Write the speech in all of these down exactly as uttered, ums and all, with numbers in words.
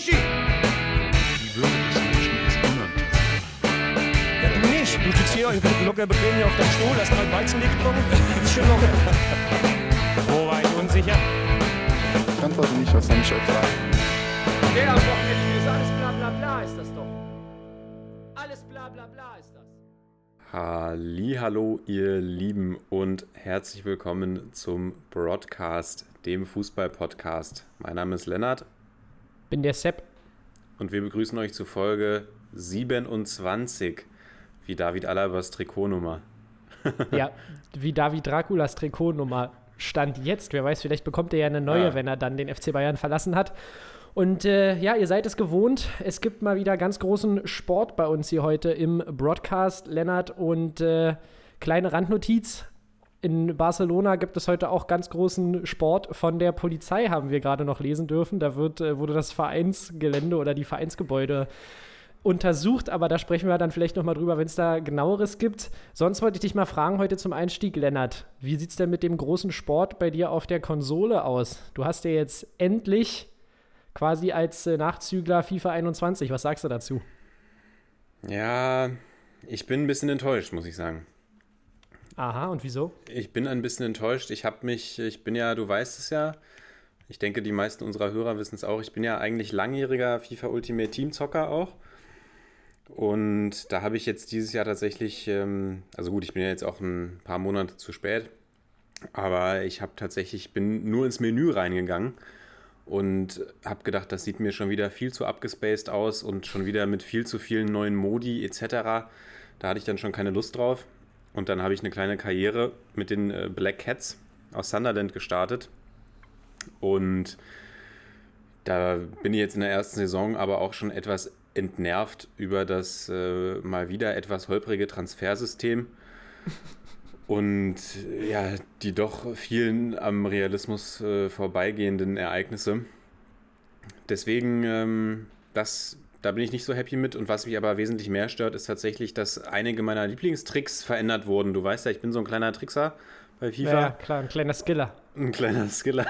Uschi! Die Würde des Menschen ist unantastbar. Ja, du nicht. Du sitzt hier und locker bequem hier auf deinem Stuhl, hast mal Weizen getrunken. Ist schon locker. Wo war ich unsicher? Ich antworte nicht, was soll ich euch sagen? Der am Wochenende ist alles bla bla bla, ist das doch. Alles bla bla bla ist das. Hallihallo, ihr Lieben, und herzlich willkommen zum Broadcast, dem Fußball-Podcast. Mein Name ist Lennart. Bin der Sepp. Und wir begrüßen euch zu Folge siebenundzwanzig, wie David Alabas Trikotnummer. Ja, wie David Draculas Trikotnummer stand jetzt. Wer weiß, vielleicht bekommt er ja eine neue, Ah. wenn er dann den F C Bayern verlassen hat. Und äh, ja, ihr seid es gewohnt. Es gibt mal wieder ganz großen Sport bei uns hier heute im Broadcast, Lennart. Und äh, kleine Randnotiz: In Barcelona gibt es heute auch ganz großen Sport von der Polizei, haben wir gerade noch lesen dürfen. Da wird, äh, wurde das Vereinsgelände oder die Vereinsgebäude untersucht, aber da sprechen wir dann vielleicht nochmal drüber, wenn es da genaueres gibt. Sonst wollte ich dich mal fragen heute zum Einstieg, Lennart. Wie sieht es denn mit dem großen Sport bei dir auf der Konsole aus? Du hast ja jetzt endlich quasi als äh, Nachzügler FIFA einundzwanzig. Was sagst du dazu? Ja, ich bin ein bisschen enttäuscht, muss ich sagen. Aha, und wieso? Ich bin ein bisschen enttäuscht. Ich habe mich, ich bin ja, du weißt es ja, ich denke, die meisten unserer Hörer wissen es auch, ich bin ja eigentlich langjähriger FIFA Ultimate Team Zocker auch. Und da habe ich jetzt dieses Jahr tatsächlich, ähm, also gut, ich bin ja jetzt auch ein paar Monate zu spät, aber ich habe tatsächlich, bin nur ins Menü reingegangen und habe gedacht, das sieht mir schon wieder viel zu abgespaced aus und schon wieder mit viel zu vielen neuen Modi et cetera. Da hatte ich dann schon keine Lust drauf. Und dann habe ich eine kleine Karriere mit den äh, Black Cats aus Sunderland gestartet. Und da bin ich jetzt in der ersten Saison aber auch schon etwas entnervt über das äh, mal wieder etwas holprige Transfersystem und ja, die doch vielen am Realismus äh, vorbeigehenden Ereignisse. Deswegen, ähm, das, da bin ich nicht so happy mit. Und was mich aber wesentlich mehr stört, ist tatsächlich, dass einige meiner Lieblingstricks verändert wurden. Du weißt ja, ich bin so ein kleiner Trickser bei FIFA. Ja, ja, klar, ein kleiner Skiller. Ein kleiner Skiller.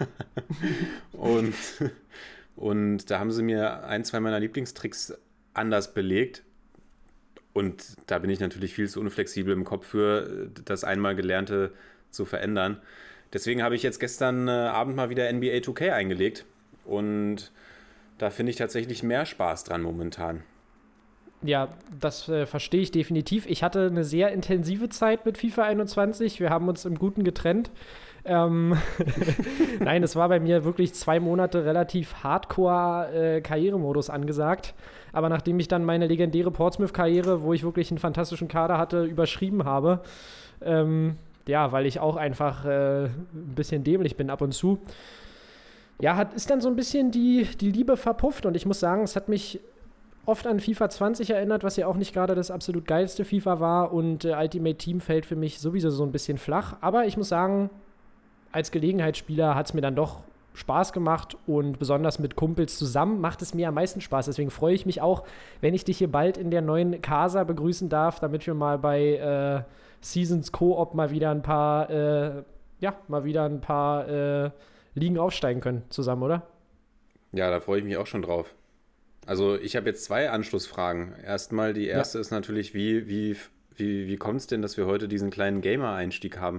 und, und da haben sie mir ein, zwei meiner Lieblingstricks anders belegt. Und da bin ich natürlich viel zu unflexibel im Kopf für, das einmal Gelernte zu verändern. Deswegen habe ich jetzt gestern äh, Abend mal wieder N B A zwei K eingelegt. Und da finde ich tatsächlich mehr Spaß dran momentan. Ja, das äh, verstehe ich definitiv. Ich hatte eine sehr intensive Zeit mit FIFA einundzwanzig. Wir haben uns im Guten getrennt. Ähm Nein, es war bei mir wirklich zwei Monate relativ Hardcore-Karrieremodus äh, angesagt. Aber nachdem ich dann meine legendäre Portsmouth-Karriere, wo ich wirklich einen fantastischen Kader hatte, überschrieben habe, ähm, ja, weil ich auch einfach äh, ein bisschen dämlich bin ab und zu, ja, hat, ist dann so ein bisschen die, die Liebe verpufft. Und ich muss sagen, es hat mich oft an FIFA zwanzig erinnert, was ja auch nicht gerade das absolut geilste FIFA war. Und äh, Ultimate Team fällt für mich sowieso so ein bisschen flach. Aber ich muss sagen, als Gelegenheitsspieler hat es mir dann doch Spaß gemacht. Und besonders mit Kumpels zusammen macht es mir am meisten Spaß. Deswegen freue ich mich auch, wenn ich dich hier bald in der neuen Casa begrüßen darf, damit wir mal bei äh, Seasons Co-op mal wieder ein paar, äh, ja, mal wieder ein paar äh, Ligen aufsteigen können zusammen, oder? Ja, da freue ich mich auch schon drauf. Also ich habe jetzt zwei Anschlussfragen. Erstmal, die erste ja. ist natürlich, wie, wie, wie, wie kommt es denn, dass wir heute diesen kleinen Gamer-Einstieg haben?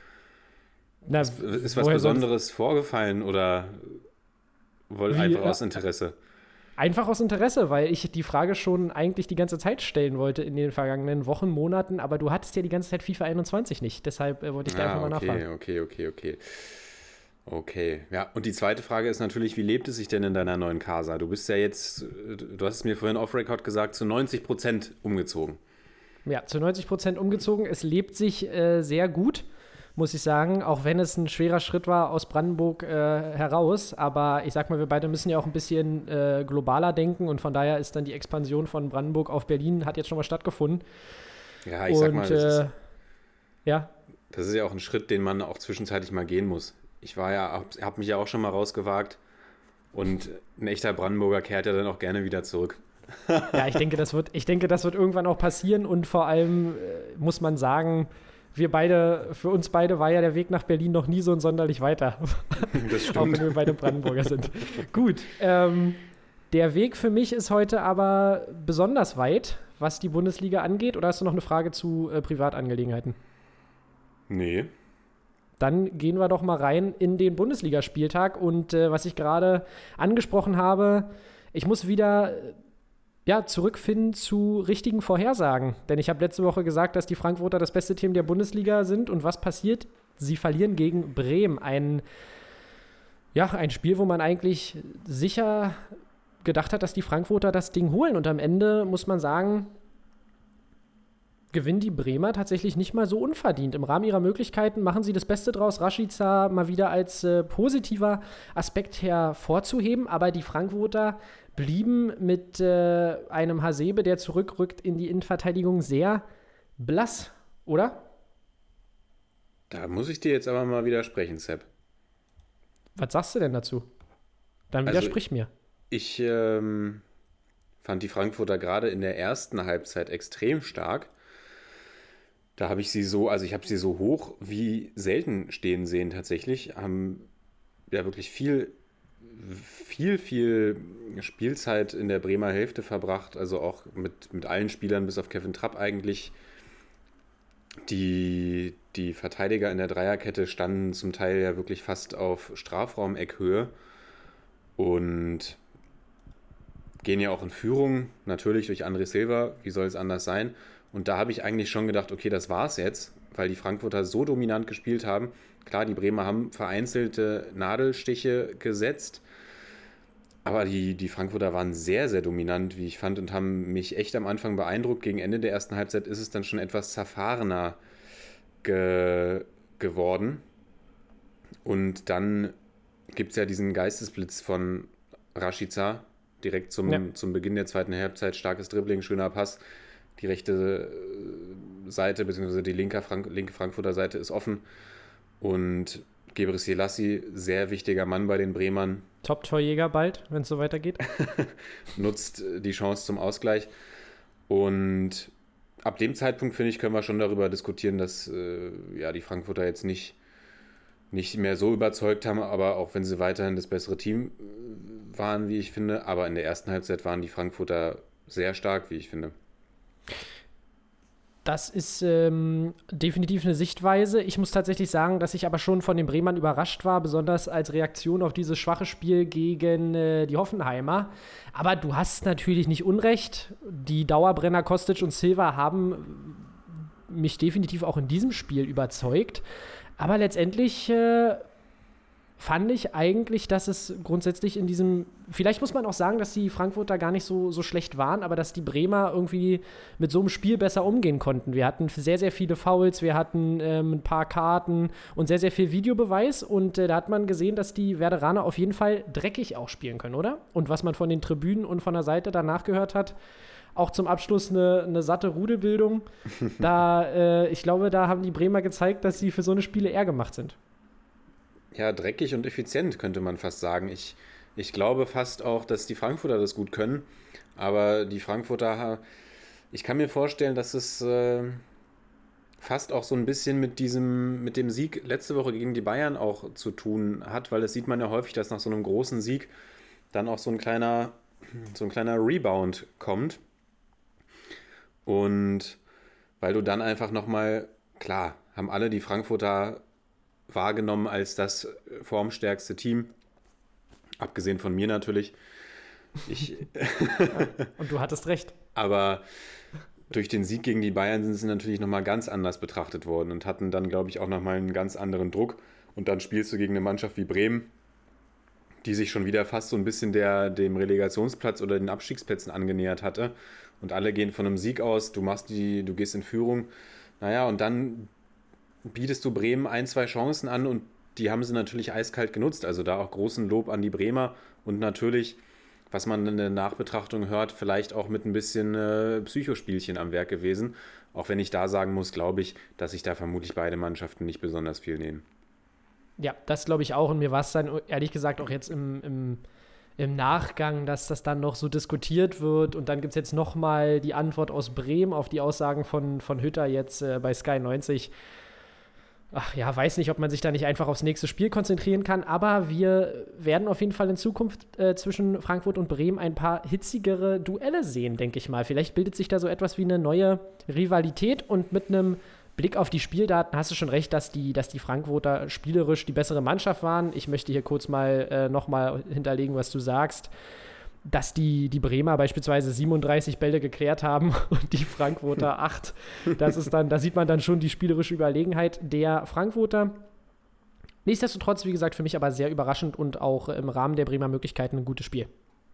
Na, ist, ist was Besonderes vorgefallen oder wohl wie, einfach äh, aus Interesse? Einfach aus Interesse, weil ich die Frage schon eigentlich die ganze Zeit stellen wollte in den vergangenen Wochen, Monaten, aber du hattest ja die ganze Zeit FIFA einundzwanzig nicht. Deshalb äh, wollte ich da ah, einfach mal okay, nachfragen. Okay, okay, okay. Okay, ja, und die zweite Frage ist natürlich, wie lebt es sich denn in deiner neuen Casa? Du bist ja jetzt, du hast es mir vorhin off-Record gesagt, zu neunzig Prozent umgezogen. Ja, zu neunzig Prozent umgezogen. Es lebt sich äh, sehr gut, muss ich sagen, auch wenn es ein schwerer Schritt war aus Brandenburg äh, heraus. Aber ich sag mal, wir beide müssen ja auch ein bisschen äh, globaler denken und von daher ist dann die Expansion von Brandenburg auf Berlin hat jetzt schon mal stattgefunden. Ja, ich und, sag mal, das, äh, ist, ja. das ist ja auch ein Schritt, den man auch zwischenzeitlich mal gehen muss. Ich war ja, hab, hab mich ja auch schon mal rausgewagt und ein echter Brandenburger kehrt ja dann auch gerne wieder zurück. Ja, ich denke, das wird, ich denke, das wird irgendwann auch passieren und vor allem äh, muss man sagen, wir beide, für uns beide war ja der Weg nach Berlin noch nie so ein sonderlich weiter. Das stimmt. Auch wenn wir beide Brandenburger sind. Gut, ähm, Der Weg für mich ist heute aber besonders weit, was die Bundesliga angeht. Oder hast du noch eine Frage zu äh, Privatangelegenheiten? Nee. Dann gehen wir doch mal rein in den Bundesligaspieltag. Und äh, was ich gerade angesprochen habe, ich muss wieder äh, ja, zurückfinden zu richtigen Vorhersagen. Denn ich habe letzte Woche gesagt, dass die Frankfurter das beste Team der Bundesliga sind. Und was passiert? Sie verlieren gegen Bremen. Ein, ja, ein Spiel, wo man eigentlich sicher gedacht hat, dass die Frankfurter das Ding holen. Und am Ende muss man sagen, gewinnen die Bremer tatsächlich nicht mal so unverdient. Im Rahmen ihrer Möglichkeiten machen sie das Beste draus. Rashica mal wieder als äh, positiver Aspekt hervorzuheben, aber die Frankfurter blieben mit äh, einem Hasebe, der zurückrückt in die Innenverteidigung, sehr blass, oder? Da muss ich dir jetzt aber mal widersprechen, Sepp. Was sagst du denn dazu? Dann Also, widersprich mir. Ich ähm, fand die Frankfurter gerade in der ersten Halbzeit extrem stark. Da habe ich sie so, also ich habe sie so hoch wie selten stehen sehen tatsächlich. Haben ja wirklich viel, viel, viel Spielzeit in der Bremer Hälfte verbracht. Also auch mit, mit allen Spielern bis auf Kevin Trapp eigentlich. Die, die Verteidiger in der Dreierkette standen zum Teil ja wirklich fast auf Strafraum-Eckhöhe und gehen ja auch in Führung, natürlich durch André Silva, wie soll es anders sein. Und da habe ich eigentlich schon gedacht, okay, das war's jetzt, weil die Frankfurter so dominant gespielt haben. Klar, die Bremer haben vereinzelte Nadelstiche gesetzt, aber die, die Frankfurter waren sehr, sehr dominant, wie ich fand, und haben mich echt am Anfang beeindruckt. Gegen Ende der ersten Halbzeit ist es dann schon etwas zerfahrener ge- geworden. Und dann gibt es ja diesen Geistesblitz von Rashica, direkt zum, ja. zum Beginn der zweiten Halbzeit. Starkes Dribbling, schöner Pass. Die rechte Seite, beziehungsweise die linke, Frank- linke Frankfurter Seite ist offen. Und Gebre Selassie, sehr wichtiger Mann bei den Bremern. Top-Torjäger bald, wenn es so weitergeht. Nutzt die Chance zum Ausgleich. Und ab dem Zeitpunkt, finde ich, können wir schon darüber diskutieren, dass äh, ja, die Frankfurter jetzt nicht, nicht mehr so überzeugt haben, aber auch wenn sie weiterhin das bessere Team waren, wie ich finde. Aber in der ersten Halbzeit waren die Frankfurter sehr stark, wie ich finde. Das ist ähm, definitiv eine Sichtweise. Ich muss tatsächlich sagen, dass ich aber schon von den Bremern überrascht war, besonders als Reaktion auf dieses schwache Spiel gegen äh, die Hoffenheimer. Aber du hast natürlich nicht Unrecht. Die Dauerbrenner Kostic und Silva haben mich definitiv auch in diesem Spiel überzeugt. Aber letztendlich äh, fand ich eigentlich, dass es grundsätzlich in diesem, vielleicht muss man auch sagen, dass die Frankfurter gar nicht so, so schlecht waren, aber dass die Bremer irgendwie mit so einem Spiel besser umgehen konnten. Wir hatten sehr, sehr viele Fouls, wir hatten ähm, ein paar Karten und sehr, sehr viel Videobeweis und äh, da hat man gesehen, dass die Werderaner auf jeden Fall dreckig auch spielen können, oder? Und was man von den Tribünen und von der Seite danach gehört hat, auch zum Abschluss eine, eine satte Rudelbildung. da, äh, ich glaube, da haben die Bremer gezeigt, dass sie für so eine Spiele eher gemacht sind. Ja, dreckig und effizient, könnte man fast sagen. Ich, ich glaube fast auch, dass die Frankfurter das gut können. Aber die Frankfurter, ich kann mir vorstellen, dass es äh, fast auch so ein bisschen mit diesem, mit dem Sieg letzte Woche gegen die Bayern auch zu tun hat, weil das sieht man ja häufig, dass nach so einem großen Sieg dann auch so ein kleiner, so ein kleiner Rebound kommt. Und weil du dann einfach nochmal, klar, haben alle die Frankfurter wahrgenommen als das formstärkste Team. Abgesehen von mir natürlich. Ich Und du hattest recht. Aber durch den Sieg gegen die Bayern sind sie natürlich nochmal ganz anders betrachtet worden und hatten dann, glaube ich, auch nochmal einen ganz anderen Druck. Und dann spielst du gegen eine Mannschaft wie Bremen, die sich schon wieder fast so ein bisschen der, dem Relegationsplatz oder den Abstiegsplätzen angenähert hatte. Und alle gehen von einem Sieg aus, du machst die, du gehst in Führung. Naja, und dann bietest du Bremen ein, zwei Chancen an und die haben sie natürlich eiskalt genutzt. Also da auch großen Lob an die Bremer und natürlich, was man in der Nachbetrachtung hört, vielleicht auch mit ein bisschen äh, Psychospielchen am Werk gewesen. Auch wenn ich da sagen muss, glaube ich, dass sich da vermutlich beide Mannschaften nicht besonders viel nehmen. Ja, das glaube ich auch. Und mir war es dann ehrlich gesagt auch jetzt im, im, im Nachgang, dass das dann noch so diskutiert wird. Und dann gibt es jetzt nochmal die Antwort aus Bremen auf die Aussagen von, von Hütter jetzt äh, bei Sky neunzig. ach ja, weiß nicht, ob man sich da nicht einfach aufs nächste Spiel konzentrieren kann, aber wir werden auf jeden Fall in Zukunft äh, zwischen Frankfurt und Bremen ein paar hitzigere Duelle sehen, denke ich mal. Vielleicht bildet sich da so etwas wie eine neue Rivalität und mit einem Blick auf die Spieldaten hast du schon recht, dass die, dass die Frankfurter spielerisch die bessere Mannschaft waren. Ich möchte hier kurz mal äh, nochmal hinterlegen, was du sagst. Dass die, die Bremer beispielsweise siebenunddreißig Bälle geklärt haben und die Frankfurter acht. Das ist dann, da sieht man dann schon die spielerische Überlegenheit der Frankfurter. Nichtsdestotrotz, wie gesagt, für mich aber sehr überraschend und auch im Rahmen der Bremer Möglichkeiten ein gutes Spiel.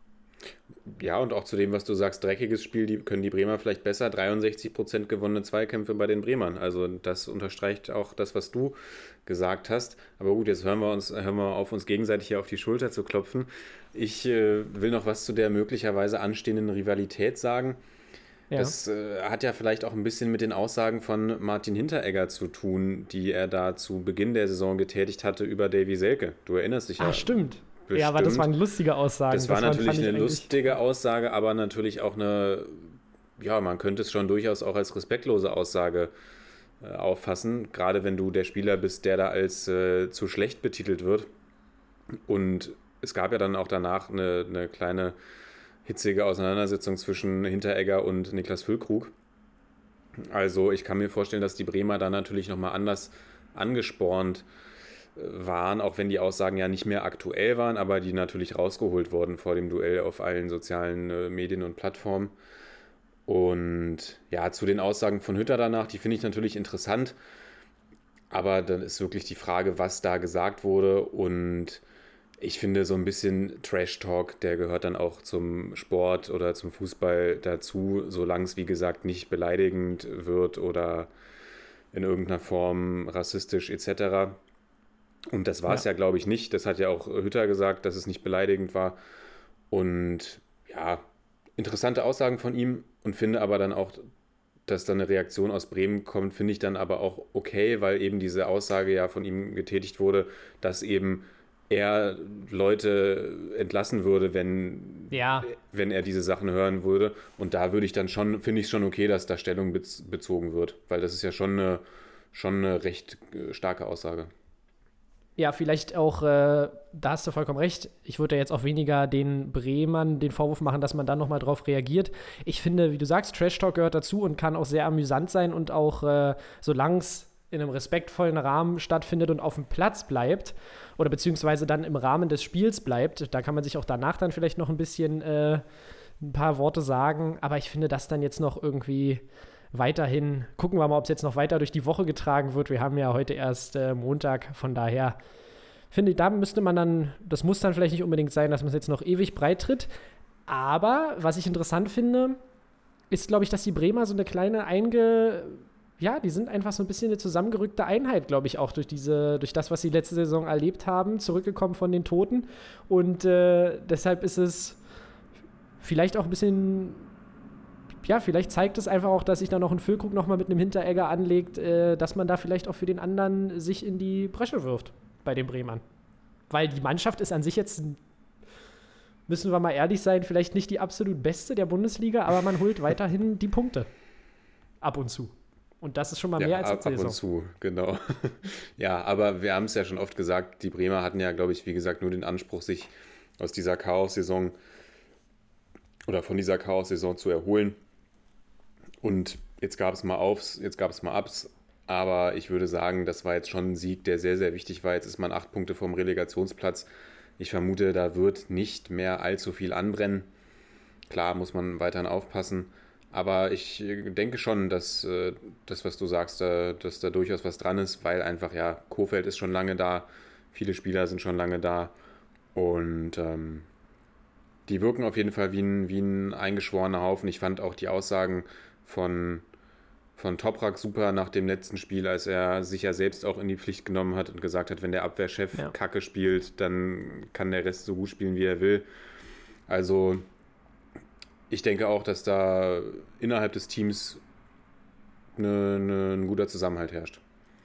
Ja, und auch zu dem, was du sagst, dreckiges Spiel, die können die Bremer vielleicht besser. dreiundsechzig Prozent gewonnene Zweikämpfe bei den Bremern. Also das unterstreicht auch das, was du gesagt hast. Aber gut, jetzt hören wir uns, hören wir auf, uns gegenseitig hier auf die Schulter zu klopfen. Ich äh, will noch was zu der möglicherweise anstehenden Rivalität sagen. Ja. Das äh, hat ja vielleicht auch ein bisschen mit den Aussagen von Martin Hinteregger zu tun, die er da zu Beginn der Saison getätigt hatte über Davy Selke. Du erinnerst dich ja. Ah, stimmt. Bestimmt. Ja, aber das waren lustige Aussagen. Das war das natürlich waren, eine lustige Aussage, aber natürlich auch eine, ja, man könnte es schon durchaus auch als respektlose Aussage äh, auffassen, gerade wenn du der Spieler bist, der da als äh, zu schlecht betitelt wird. Und es gab ja dann auch danach eine, eine kleine hitzige Auseinandersetzung zwischen Hinteregger und Niklas Füllkrug. Also ich kann mir vorstellen, dass die Bremer da natürlich nochmal anders angespornt waren, auch wenn die Aussagen ja nicht mehr aktuell waren, aber die natürlich rausgeholt wurden vor dem Duell auf allen sozialen äh, Medien und Plattformen. Und ja, zu den Aussagen von Hütter danach, die finde ich natürlich interessant, aber dann ist wirklich die Frage, was da gesagt wurde, und ich finde so ein bisschen Trash-Talk, der gehört dann auch zum Sport oder zum Fußball dazu, solange es wie gesagt nicht beleidigend wird oder in irgendeiner Form rassistisch et cetera. Und das war es ja, ja glaube ich, nicht. Das hat ja auch Hütter gesagt, dass es nicht beleidigend war. Und ja, interessante Aussagen von ihm, und finde aber dann auch, dass da eine Reaktion aus Bremen kommt, finde ich dann aber auch okay, weil eben diese Aussage ja von ihm getätigt wurde, dass eben er Leute entlassen würde, wenn, ja. wenn er diese Sachen hören würde. Und da würde ich dann schon, finde ich es schon okay, dass da Stellung bez- bezogen wird, weil das ist ja schon eine, schon eine recht starke Aussage. Ja, vielleicht auch, äh, da hast du vollkommen recht, ich würde ja jetzt auch weniger den Bremern den Vorwurf machen, dass man dann nochmal drauf reagiert. Ich finde, wie du sagst, Trash Talk gehört dazu und kann auch sehr amüsant sein, und auch, äh, solange es in einem respektvollen Rahmen stattfindet und auf dem Platz bleibt oder beziehungsweise dann im Rahmen des Spiels bleibt, da kann man sich auch danach dann vielleicht noch ein bisschen äh, ein paar Worte sagen, aber ich finde das dann jetzt noch irgendwie weiterhin, gucken wir mal, ob es jetzt noch weiter durch die Woche getragen wird. Wir haben ja heute erst äh, Montag, von daher finde ich, da müsste man dann, das muss dann vielleicht nicht unbedingt sein, dass man es jetzt noch ewig breit tritt. Aber was ich interessant finde, ist, glaube ich, dass die Bremer so eine kleine einge... Ja, die sind einfach so ein bisschen eine zusammengerückte Einheit, glaube ich, auch durch diese, durch das, was sie letzte Saison erlebt haben, zurückgekommen von den Toten. Und äh, deshalb ist es vielleicht auch ein bisschen... Ja, vielleicht zeigt es einfach auch, dass sich da noch ein Füllkrug nochmal mit einem Hinteregger anlegt, äh, dass man da vielleicht auch für den anderen sich in die Bresche wirft bei den Bremern. Weil die Mannschaft ist an sich jetzt, müssen wir mal ehrlich sein, vielleicht nicht die absolut beste der Bundesliga, aber man holt weiterhin die Punkte. Ab und zu. Und das ist schon mal ja, mehr als ab, ab und zu, genau. Ja, aber wir haben es ja schon oft gesagt, die Bremer hatten ja, glaube ich, wie gesagt, nur den Anspruch, sich aus dieser Chaos-Saison oder von dieser Chaos-Saison zu erholen. Und jetzt gab es mal Aufs, jetzt gab es mal Ups, aber ich würde sagen, das war jetzt schon ein Sieg, der sehr, sehr wichtig war. Jetzt ist man acht Punkte vom Relegationsplatz. Ich vermute, da wird nicht mehr allzu viel anbrennen. Klar muss man weiterhin aufpassen, aber ich denke schon, dass das, was du sagst, dass da durchaus was dran ist, weil einfach, ja, Kohfeldt ist schon lange da, viele Spieler sind schon lange da, und ähm, die wirken auf jeden Fall wie ein, wie ein eingeschworener Haufen. Ich fand auch die Aussagen von, von Toprak super nach dem letzten Spiel, als er sich ja selbst auch in die Pflicht genommen hat und gesagt hat, wenn der Abwehrchef ja. Kacke spielt, dann kann der Rest so gut spielen, wie er will. Also ich denke auch, dass da innerhalb des Teams eine, eine, ein guter Zusammenhalt herrscht.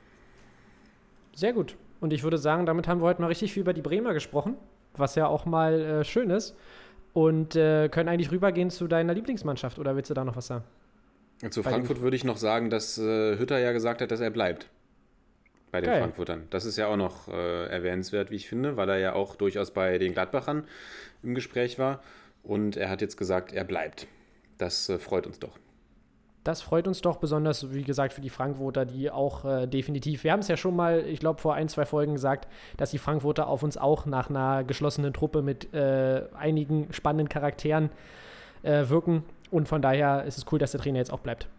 Sehr gut. Und ich würde sagen, damit haben wir heute mal richtig viel über die Bremer gesprochen, was ja auch mal äh, schön ist. Und äh, können eigentlich rübergehen zu deiner Lieblingsmannschaft, oder willst du da noch was sagen? Zu Frankfurt würde ich noch sagen, dass äh, Hütter ja gesagt hat, dass er bleibt. bei den Geil. Frankfurtern. Das ist ja auch noch äh, erwähnenswert, wie ich finde, weil er ja auch durchaus bei den Gladbachern im Gespräch war. Und er hat jetzt gesagt, er bleibt. Das äh, freut uns doch. Das freut uns doch besonders, wie gesagt, für die Frankfurter, die auch äh, definitiv, wir haben es ja schon mal, ich glaube, vor ein, zwei Folgen gesagt, dass die Frankfurter auf uns auch nach einer geschlossenen Truppe mit äh, einigen spannenden Charakteren äh, wirken. Und von daher ist es cool, dass der Trainer jetzt auch bleibt.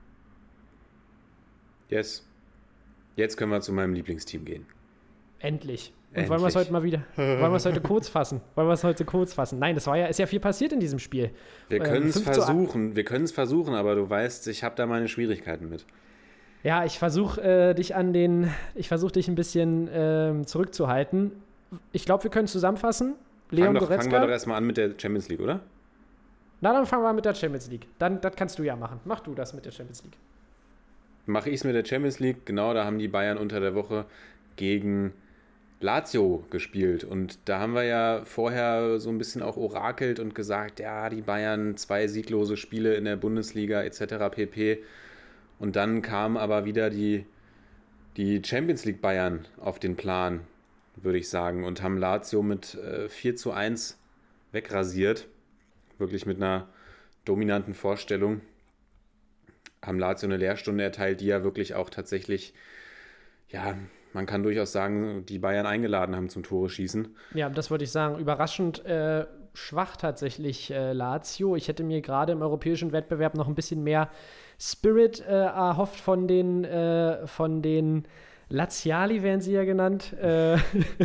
Yes. Jetzt können wir zu meinem Lieblingsteam gehen. Endlich. Und Endlich. wollen wir es heute mal wieder, wollen wir es heute kurz fassen? Wollen wir es heute kurz fassen? Nein, das war ja, ist ja viel passiert in diesem Spiel. Wir Ähm, können es fünf zu versuchen, wir können es versuchen, aber du weißt, ich habe da meine Schwierigkeiten mit. Ja, ich versuche äh, dich an den, ich versuche dich ein bisschen ähm, zurückzuhalten. Ich glaube, wir können zusammenfassen. Leon Fang doch, fangen wir Goretzka. doch erstmal an mit der Champions League, oder? Na, dann fangen wir mit der Champions League. Dann, das kannst du ja machen. Mach du das mit der Champions League. Mache ich es mit der Champions League. Genau, da haben die Bayern unter der Woche gegen Lazio gespielt. Und da haben wir ja vorher so ein bisschen auch orakelt und gesagt, ja, die Bayern, zwei sieglose Spiele in der Bundesliga et cetera pp. Und dann kamen aber wieder die, die Champions League Bayern auf den Plan, würde ich sagen, und haben Lazio mit äh, vier zu eins wegrasiert. Wirklich mit einer dominanten Vorstellung. Haben Lazio eine Lehrstunde erteilt, die ja wirklich auch tatsächlich, ja, man kann durchaus sagen, die Bayern eingeladen haben zum Tore schießen. Ja, das würde ich sagen. Überraschend äh, schwach tatsächlich äh, Lazio. Ich hätte mir gerade im europäischen Wettbewerb noch ein bisschen mehr Spirit äh, erhofft von den, äh, von den Laziali, werden sie ja genannt. Äh,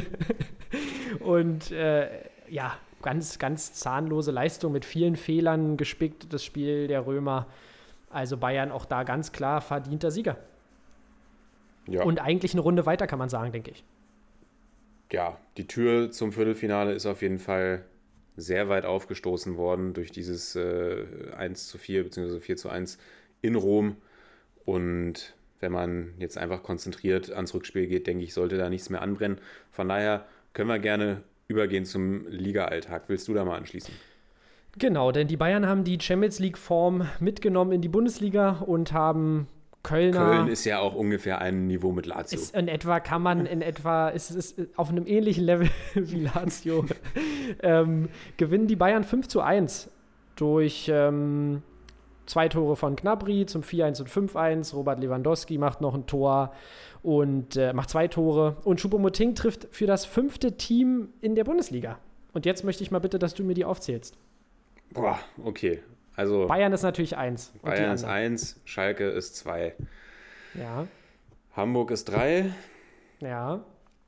und äh, ja, ganz, ganz zahnlose Leistung mit vielen Fehlern gespickt, das Spiel der Römer. Also Bayern auch da ganz klar verdienter Sieger. Ja. Und eigentlich eine Runde weiter, kann man sagen, denke ich. Ja, die Tür zum Viertelfinale ist auf jeden Fall sehr weit aufgestoßen worden durch dieses äh, eins zu vier bzw. vier zu eins in Rom. Und wenn man jetzt einfach konzentriert ans Rückspiel geht, denke ich, sollte da nichts mehr anbrennen. Von daher können wir gerne übergehen zum Liga-Alltag. Willst du da mal anschließen? Genau, denn die Bayern haben die Champions League-Form mitgenommen in die Bundesliga und haben Kölner. Köln ist ja auch ungefähr ein Niveau mit Lazio. Ist in etwa, kann man in etwa, ist es auf einem ähnlichen Level wie Lazio. ähm, gewinnen die Bayern fünf zu eins durch ähm, zwei Tore von Gnabry zum vier eins und fünf eins. Robert Lewandowski macht noch ein Tor und äh, macht zwei Tore. Und Choupo-Moting trifft für das fünfte Team in der Bundesliga. Und jetzt möchte ich mal bitte, dass du mir die aufzählst. Boah, okay. Also Bayern ist natürlich eins. Bayern ist eins, Schalke ist zwei. Ja. Hamburg ist drei. Ja.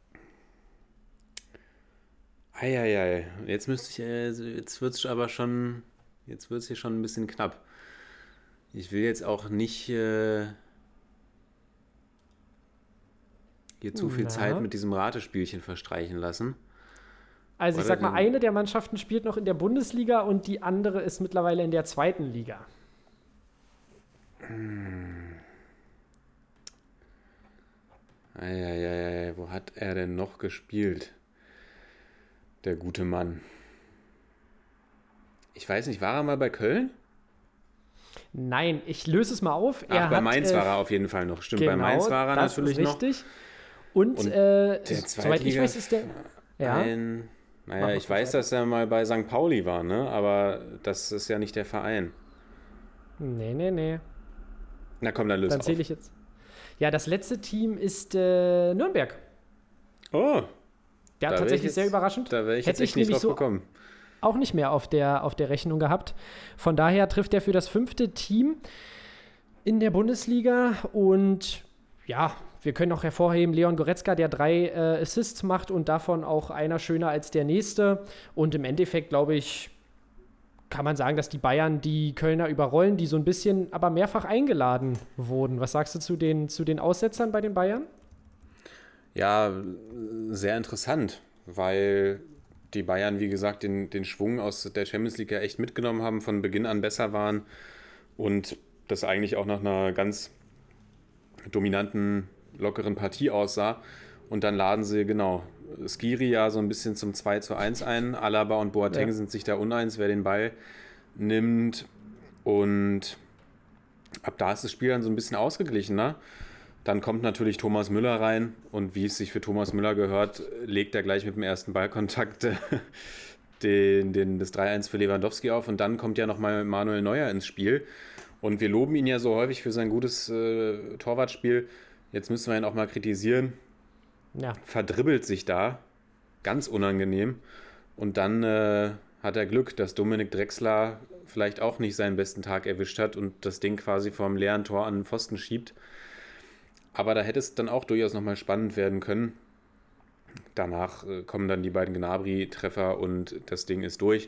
Eieiei. Jetzt müsste ich, äh, jetzt wird es aber schon, jetzt wird es hier schon ein bisschen knapp. Ich will jetzt auch nicht äh, hier zu viel Na. Zeit mit diesem Ratespielchen verstreichen lassen. Also ich Oder sag mal, denn- eine der Mannschaften spielt noch in der Bundesliga und die andere ist mittlerweile in der zweiten Liga. Eieiei, wo hat er denn noch gespielt? Der gute Mann. Ich weiß nicht, war er mal bei Köln? Nein, ich löse es mal auf. Ach, Er bei hat, Mainz äh, war er auf jeden Fall noch. Stimmt, genau, bei Mainz war er das natürlich ist noch. richtig. Und, Und äh, Der soweit ich weiß, ist der. Ja. Ein, Mach naja, mal ich kurz weiß, weiter. dass er mal bei Sankt Pauli war, ne? Aber das ist ja nicht der Verein. Nee, nee, nee. Na komm, dann löse Dann auf. zähle ich jetzt. Ja, das letzte Team ist äh, Nürnberg. Oh, Der Da hat wär ich tatsächlich jetzt- sehr überraschend. da wäre ich Hätte jetzt echt nicht nämlich drauf so gekommen. auch nicht mehr auf der, auf der Rechnung gehabt. Von daher trifft er für das fünfte Team in der Bundesliga und ja, wir können auch hervorheben, Leon Goretzka, der drei äh, Assists macht und davon auch einer schöner als der nächste. Und im Endeffekt, glaube ich, kann man sagen, dass die Bayern die Kölner überrollen, die so ein bisschen aber mehrfach eingeladen wurden. Was sagst du zu den, zu den Aussetzern bei den Bayern? Ja, sehr interessant, weil die Bayern, wie gesagt, den, den Schwung aus der Champions League ja echt mitgenommen haben, von Beginn an besser waren und das eigentlich auch nach einer ganz dominanten, lockeren Partie aussah. Und dann laden sie, genau, Skiri ja so ein bisschen zum zwei zu eins ein. Alaba und Boateng Ja. sind sich da uneins, wer den Ball nimmt. Und ab da ist das Spiel dann so ein bisschen ausgeglichener. Dann kommt natürlich Thomas Müller rein und wie es sich für Thomas Müller gehört, legt er gleich mit dem ersten Ballkontakt den, den, das drei eins für Lewandowski auf und dann kommt ja nochmal Manuel Neuer ins Spiel und wir loben ihn ja so häufig für sein gutes äh, Torwartspiel. Jetzt müssen wir ihn auch mal kritisieren. Ja. Verdribbelt sich da, ganz unangenehm und dann äh, hat er Glück, dass Dominik Drexler vielleicht auch nicht seinen besten Tag erwischt hat und das Ding quasi vom leeren Tor an den Pfosten schiebt. Aber da hätte es dann auch durchaus nochmal spannend werden können. Danach äh, kommen dann die beiden Gnabry-Treffer und das Ding ist durch.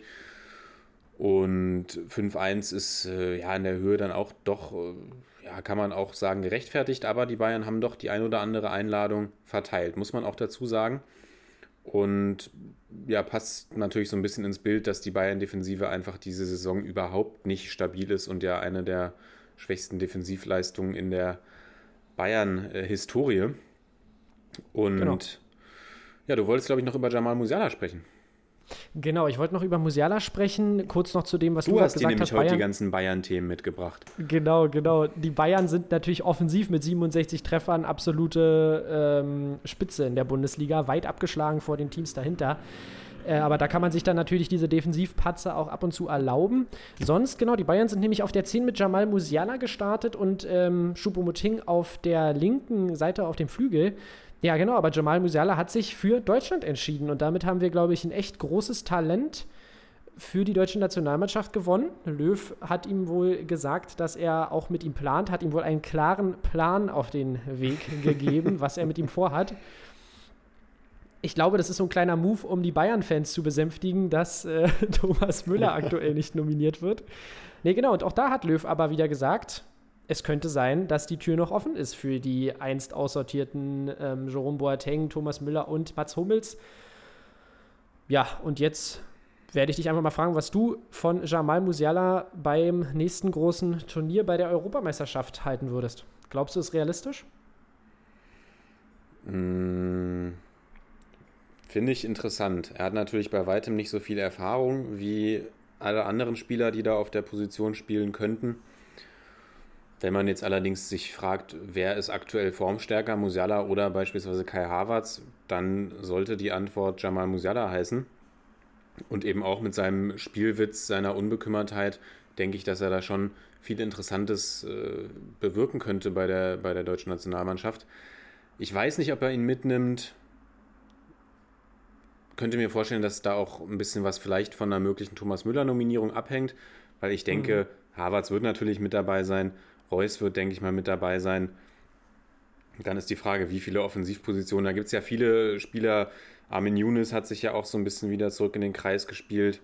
Und fünf eins ist äh, ja in der Höhe dann auch doch, äh, ja, kann man auch sagen, gerechtfertigt. Aber die Bayern haben doch die ein oder andere Einladung verteilt, muss man auch dazu sagen. Und ja, passt natürlich so ein bisschen ins Bild, dass die Bayern-Defensive einfach diese Saison überhaupt nicht stabil ist und ja eine der schwächsten Defensivleistungen in der Bayern-Historie. Und Genau. ja, du wolltest, glaube ich, noch über Jamal Musiala sprechen. Genau, ich wollte noch über Musiala sprechen. Kurz noch zu dem, was du, Du gerade hast dir gesagt nämlich hast. heute Bayern, die ganzen Bayern-Themen mitgebracht. Genau, genau. Die Bayern sind natürlich offensiv mit siebenundsechzig Treffern absolute ähm, Spitze in der Bundesliga, weit abgeschlagen vor den Teams dahinter. Äh, aber da kann man sich dann natürlich diese Defensivpatze auch ab und zu erlauben. Sonst, genau, die Bayern sind nämlich auf der zehn mit Jamal Musiala gestartet und ähm, Choupo-Moting auf der linken Seite auf dem Flügel. Ja, genau, aber Jamal Musiala hat sich für Deutschland entschieden und damit haben wir, glaube ich, ein echt großes Talent für die deutsche Nationalmannschaft gewonnen. Löw hat ihm wohl gesagt, dass er auch mit ihm plant, hat ihm wohl einen klaren Plan auf den Weg gegeben, was er mit ihm vorhat. Ich glaube, das ist so ein kleiner Move, um die Bayern-Fans zu besänftigen, dass äh, Thomas Müller aktuell nicht nominiert wird. Nee, genau, und auch da hat Löw aber wieder gesagt, es könnte sein, dass die Tür noch offen ist für die einst aussortierten ähm, Jerome Boateng, Thomas Müller und Mats Hummels. Ja, und jetzt werde ich dich einfach mal fragen, was du von Jamal Musiala beim nächsten großen Turnier bei der Europameisterschaft halten würdest. Glaubst du, es ist realistisch? Mmh, finde ich interessant. Er hat natürlich bei weitem nicht so viel Erfahrung wie alle anderen Spieler, die da auf der Position spielen könnten. Wenn man jetzt allerdings sich fragt, wer ist aktuell formstärker, Musiala oder beispielsweise Kai Havertz, dann sollte die Antwort Jamal Musiala heißen. Und eben auch mit seinem Spielwitz, seiner Unbekümmertheit, denke ich, dass er da schon viel Interessantes äh, bewirken könnte bei der, bei der deutschen Nationalmannschaft. Ich weiß nicht, ob er ihn mitnimmt. Könnte mir vorstellen, dass da auch ein bisschen was vielleicht von einer möglichen Thomas Müller-Nominierung abhängt, weil ich denke, mhm. Havertz wird natürlich mit dabei sein. Reus wird, denke ich mal, mit dabei sein. Dann ist die Frage, wie viele Offensivpositionen. Da gibt es ja viele Spieler. Armin Younes hat sich ja auch so ein bisschen wieder zurück in den Kreis gespielt.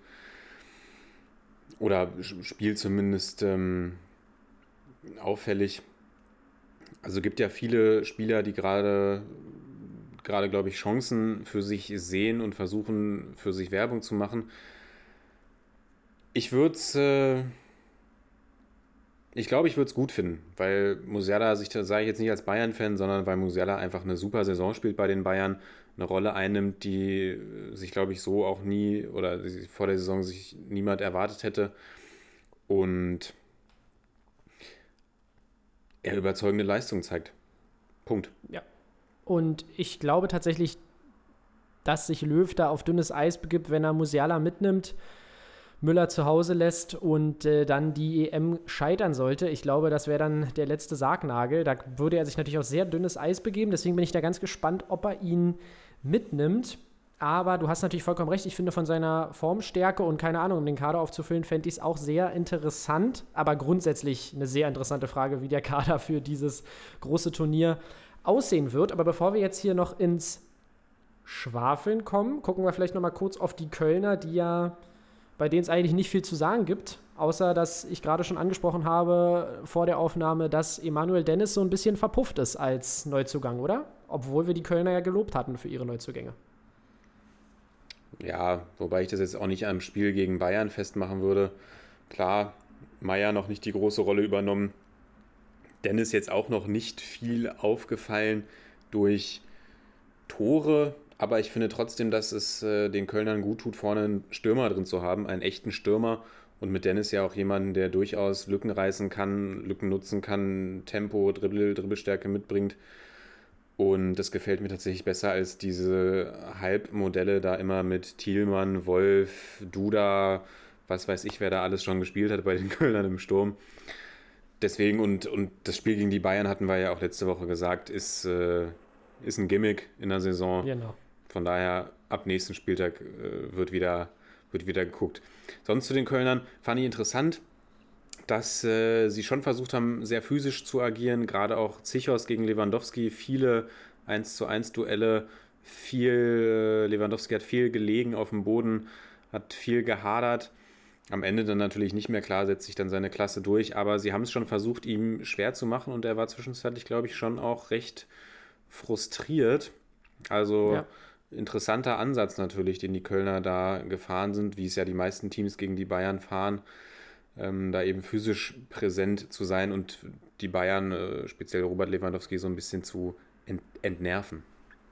Oder spielt zumindest ähm, auffällig. Also gibt ja viele Spieler, die gerade, gerade, glaube ich, Chancen für sich sehen und versuchen, für sich Werbung zu machen. Ich würde es... Äh, Ich glaube, ich würde es gut finden, weil Musiala, sich, das sage ich jetzt nicht als Bayern-Fan, sondern weil Musiala einfach eine super Saison spielt bei den Bayern, eine Rolle einnimmt, die sich, glaube ich, so auch nie oder vor der Saison sich niemand erwartet hätte. Und er überzeugende Leistung zeigt. Punkt. Ja. Und ich glaube tatsächlich, dass sich Löw da auf dünnes Eis begibt, wenn er Musiala mitnimmt, Müller zu Hause lässt und äh, dann die E M scheitern sollte. Ich glaube, das wäre dann der letzte Sargnagel. Da würde er sich natürlich auf sehr dünnes Eis begeben. Deswegen bin ich da ganz gespannt, ob er ihn mitnimmt. Aber du hast natürlich vollkommen recht. Ich finde, von seiner Formstärke und keine Ahnung, um den Kader aufzufüllen, fände ich es auch sehr interessant. Aber grundsätzlich eine sehr interessante Frage, wie der Kader für dieses große Turnier aussehen wird. Aber bevor wir jetzt hier noch ins Schwafeln kommen, gucken wir vielleicht noch mal kurz auf die Kölner, die ja bei denen es eigentlich nicht viel zu sagen gibt, außer dass ich gerade schon angesprochen habe vor der Aufnahme, dass Emanuel Dennis so ein bisschen verpufft ist als Neuzugang, oder? Obwohl wir die Kölner ja gelobt hatten für ihre Neuzugänge. Ja, wobei ich das jetzt auch nicht am Spiel gegen Bayern festmachen würde. Klar, Meier noch nicht die große Rolle übernommen. Dennis jetzt auch noch nicht viel aufgefallen durch Tore. Aber ich finde trotzdem, dass es äh, den Kölnern gut tut, vorne einen Stürmer drin zu haben, einen echten Stürmer Und mit Dennis ja auch jemanden, der durchaus Lücken reißen kann, Lücken nutzen kann, Tempo, Dribbel, Dribbelstärke mitbringt. Und das gefällt mir tatsächlich besser als diese Halbmodelle da immer mit Thielmann, Wolf, Duda, was weiß ich, wer da alles schon gespielt hat bei den Kölnern im Sturm. Deswegen, und, und das Spiel gegen die Bayern hatten wir ja auch letzte Woche gesagt, ist, äh, ist ein Gimmick in der Saison. Genau. Von daher, ab nächsten Spieltag äh, wird, wieder, wird wieder geguckt. Sonst zu den Kölnern fand ich interessant, dass äh, sie schon versucht haben, sehr physisch zu agieren. Gerade auch Zichos gegen Lewandowski, viele eins zu eins Duelle, viel, Lewandowski hat viel gelegen auf dem Boden, hat viel gehadert. Am Ende dann natürlich nicht mehr, klar, setzt sich dann seine Klasse durch, aber sie haben es schon versucht, ihm schwer zu machen und er war zwischenzeitlich, glaube ich, schon auch recht frustriert. Also Ja. interessanter Ansatz natürlich, den die Kölner da gefahren sind, wie es ja die meisten Teams gegen die Bayern fahren, ähm, da eben physisch präsent zu sein und die Bayern, äh, speziell Robert Lewandowski, so ein bisschen zu ent- entnerven.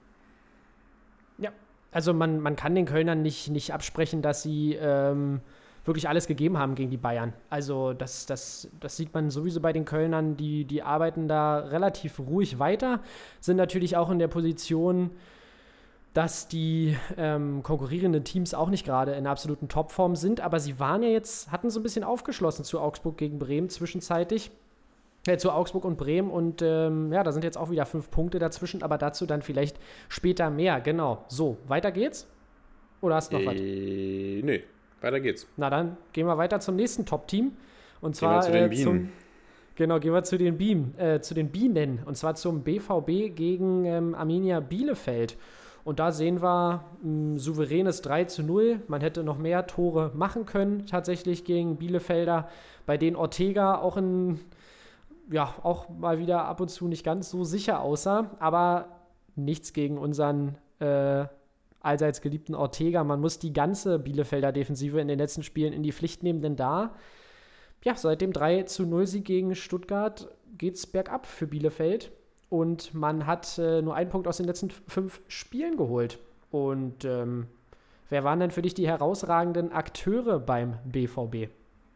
Ja, also man, man kann den Kölnern nicht, nicht absprechen, dass sie ähm, wirklich alles gegeben haben gegen die Bayern. Also das, das, das sieht man sowieso bei den Kölnern, die, die arbeiten da relativ ruhig weiter, sind natürlich auch in der Position, dass die ähm, konkurrierenden Teams auch nicht gerade in absoluten Topform sind, aber sie waren ja jetzt, hatten so ein bisschen aufgeschlossen zu Augsburg gegen Bremen zwischenzeitlich. Äh, zu Augsburg und Bremen und ähm, ja, da sind jetzt auch wieder fünf Punkte dazwischen, aber dazu dann vielleicht später mehr. Genau. So, weiter geht's? Oder hast du noch was? Äh, nö, weiter geht's. Na dann gehen wir weiter zum nächsten Top-Team. Und Gehen zwar wir zu den äh, Bienen. zum Genau, gehen wir zu den Bienen, äh, zu den Bienen und zwar zum B V B gegen ähm, Arminia Bielefeld. Und da sehen wir ein souveränes drei zu null. Man hätte noch mehr Tore machen können, tatsächlich gegen Bielefelder, bei denen Ortega auch in ja, auch mal wieder ab und zu nicht ganz so sicher aussah, aber nichts gegen unseren äh, allseits geliebten Ortega. Man muss die ganze Bielefelder Defensive in den letzten Spielen in die Pflicht nehmen, denn da, ja, seit dem drei zu null Sieg gegen Stuttgart geht's bergab für Bielefeld und man hat äh, nur einen Punkt aus den letzten fünf Spielen geholt. Und ähm, wer waren denn für dich die herausragenden Akteure beim B V B?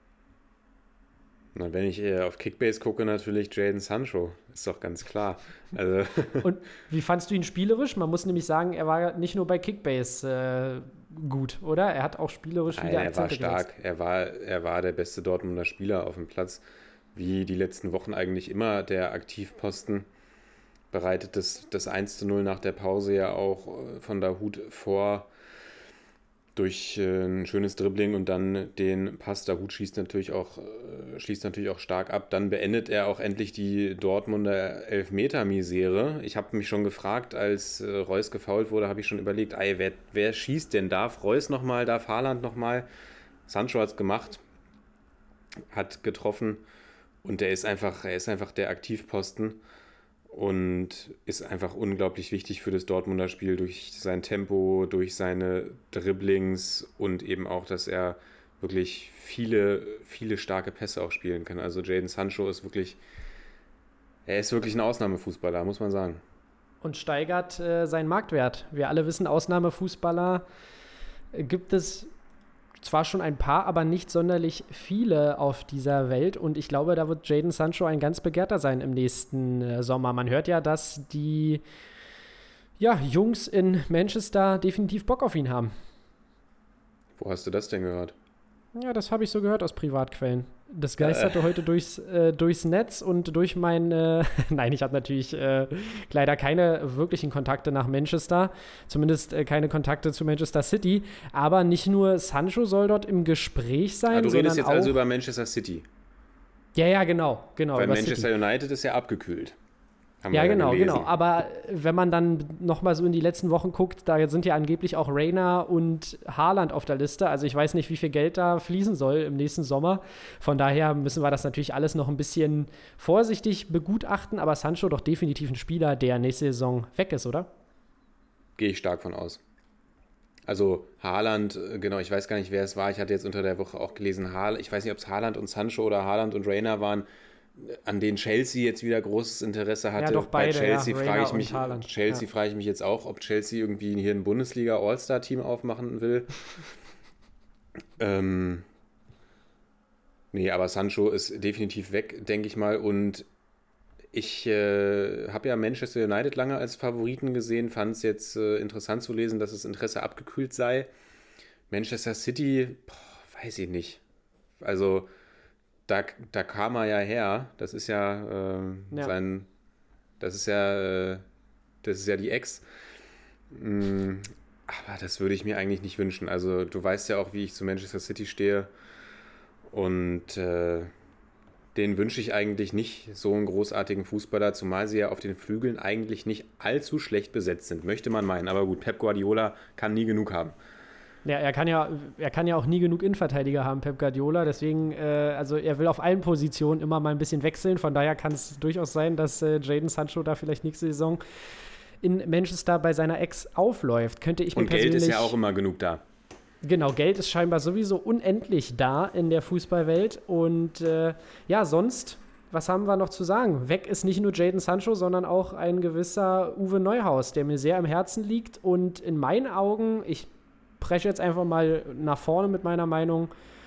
Na, wenn ich äh, auf Kickbase gucke, natürlich Jadon Sancho, ist doch ganz klar. Also Und wie fandst du ihn spielerisch? Man muss nämlich sagen, er war nicht nur bei Kickbase äh, gut, oder? Er hat auch spielerisch Nein, wieder er war Akzente stark. gesetzt. Er war, er war der beste Dortmunder Spieler auf dem Platz. Wie die letzten Wochen eigentlich immer der Aktivposten. Bereitet das, das eins zu null nach der Pause ja auch äh, von Dahoud vor durch äh, ein schönes Dribbling und dann den Pass. Dahoud schießt natürlich auch, äh, schließt natürlich auch stark ab. Dann beendet er auch endlich die Dortmunder Elfmeter-Misere. Ich habe mich schon gefragt, als äh, Reus gefoult wurde, habe ich schon überlegt, ey, wer, wer schießt denn? Darf Reus nochmal, darf Haaland nochmal? Sancho hat es gemacht, hat getroffen und er ist einfach, er ist einfach der Aktivposten. Und ist einfach unglaublich wichtig für das Dortmunder Spiel durch sein Tempo, durch seine Dribblings und eben auch, dass er wirklich viele, viele starke Pässe auch spielen kann. Also Jadon Sancho ist wirklich, er ist wirklich ein Ausnahmefußballer, muss man sagen. Und steigert äh, seinen Marktwert. Wir alle wissen, Ausnahmefußballer äh, gibt es zwar schon ein paar, aber nicht sonderlich viele auf dieser Welt. Und ich glaube, da wird Jadon Sancho ein ganz begehrter sein im nächsten äh, Sommer. Man hört ja, dass die ja, Jungs in Manchester definitiv Bock auf ihn haben. Wo hast du das denn gehört? Ja, das habe ich so gehört aus Privatquellen. Das geisterte äh. heute durchs, äh, durchs Netz und durch mein... Äh, Nein, ich habe natürlich äh, leider keine wirklichen Kontakte nach Manchester. Zumindest äh, keine Kontakte zu Manchester City. Aber nicht nur Sancho soll dort im Gespräch sein, Ah, du redest jetzt auch, also über Manchester City. Ja, ja, genau. genau Weil über Manchester City. United ist ja abgekühlt. Haben Ja, wir genau, gelesen. genau. Aber wenn man dann nochmal so in die letzten Wochen guckt, da sind ja angeblich auch Reina und Haaland auf der Liste. Also ich weiß nicht, wie viel Geld da fließen soll im nächsten Sommer. Von daher müssen wir das natürlich alles noch ein bisschen vorsichtig begutachten. Aber Sancho doch definitiv ein Spieler, der nächste Saison weg ist, oder? Gehe ich stark von aus. Also Haaland, genau, ich weiß gar nicht, wer es war. Ich hatte jetzt unter der Woche auch gelesen, Haaland, ich weiß nicht, ob es Haaland und Sancho oder Haaland und Reina waren, an denen Chelsea jetzt wieder großes Interesse hatte. Ja, doch beide, Bei Chelsea ja, frage Reina ich mich, und Haaland. Chelsea Ja. frage ich mich jetzt auch, ob Chelsea irgendwie hier ein Bundesliga All-Star-Team aufmachen will. ähm, Nee, aber Sancho ist definitiv weg, denke ich mal. Und ich äh, habe ja Manchester United lange als Favoriten gesehen, fand es jetzt äh, interessant zu lesen, dass das Interesse abgekühlt sei. Manchester City, boah, weiß ich nicht. Also da, da kam er ja her. Das ist ja, äh, Ja. sein, das ist ja, äh, das ist ja die Ex. Mm, aber das würde ich mir eigentlich nicht wünschen. Also du weißt ja auch, wie ich zu Manchester City stehe. Und äh, den wünsche ich eigentlich nicht so einen großartigen Fußballer, zumal sie ja auf den Flügeln eigentlich nicht allzu schlecht besetzt sind, möchte man meinen. Aber gut, Pep Guardiola kann nie genug haben. Ja, er kann ja, er kann ja auch nie genug Innenverteidiger haben, Pep Guardiola. Deswegen, äh, also er will auf allen Positionen immer mal ein bisschen wechseln. Von daher kann es durchaus sein, dass äh, Jadon Sancho da vielleicht nächste Saison in Manchester bei seiner Ex aufläuft. Könnte ich mir Und Geld persönlich, ist ja auch immer genug da. Genau, Geld ist scheinbar sowieso unendlich da in der Fußballwelt. Und äh, ja, sonst, was haben wir noch zu sagen? Weg ist nicht nur Jadon Sancho, sondern auch ein gewisser Uwe Neuhaus, der mir sehr am Herzen liegt. Und in meinen Augen, ich presche jetzt einfach mal nach vorne mit meiner Meinung,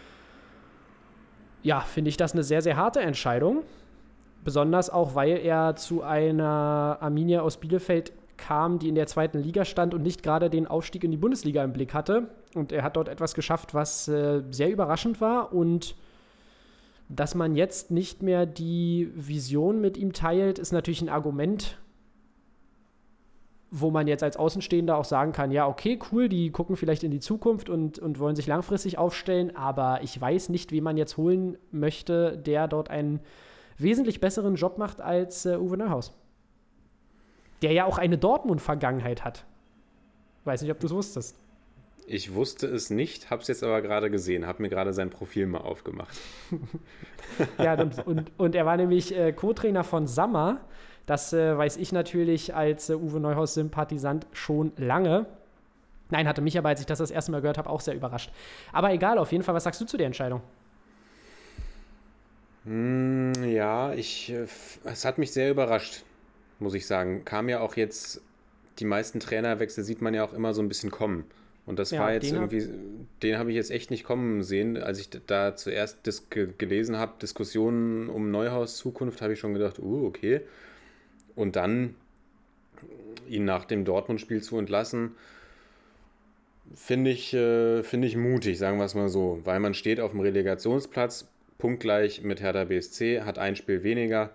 ja, finde ich das eine sehr, sehr harte Entscheidung. Besonders auch, weil er zu einer Arminia aus Bielefeld kam, die in der zweiten Liga stand und nicht gerade den Aufstieg in die Bundesliga im Blick hatte. Und er hat dort etwas geschafft, was äh, sehr überraschend war. Und dass man jetzt nicht mehr die Vision mit ihm teilt, ist natürlich ein Argument, wo man jetzt als Außenstehender auch sagen kann, ja, okay, cool, die gucken vielleicht in die Zukunft und, und wollen sich langfristig aufstellen, aber ich weiß nicht, wen man jetzt holen möchte, der dort einen wesentlich besseren Job macht als äh, Uwe Neuhaus. Der ja auch eine Dortmund-Vergangenheit hat. Weiß nicht, ob du es wusstest. Ich wusste es nicht, habe es jetzt aber gerade gesehen, habe mir gerade sein Profil mal aufgemacht. Ja, und, und, und er war nämlich äh, Co-Trainer von Sammer. Das äh, weiß ich natürlich als äh, Uwe Neuhaus-Sympathisant schon lange. Nein, hatte mich aber, als ich das das erste Mal gehört habe, auch sehr überrascht. Aber egal, auf jeden Fall, was sagst du zu der Entscheidung? Hm, ja, ich, äh, f- es hat mich sehr überrascht, muss ich sagen. Kam ja auch jetzt, die meisten Trainerwechsel sieht man ja auch immer so ein bisschen kommen. Und das Ja, war jetzt den hab- irgendwie, den habe ich jetzt echt nicht kommen sehen. Als ich da zuerst dis ge gelesen habe, Diskussionen um Neuhaus Zukunft, habe ich schon gedacht, uh, okay. Und dann ihn nach dem Dortmund-Spiel zu entlassen, finde ich, äh, finde ich mutig, sagen wir es mal so. Weil man steht auf dem Relegationsplatz, punktgleich mit Hertha B S C, hat ein Spiel weniger.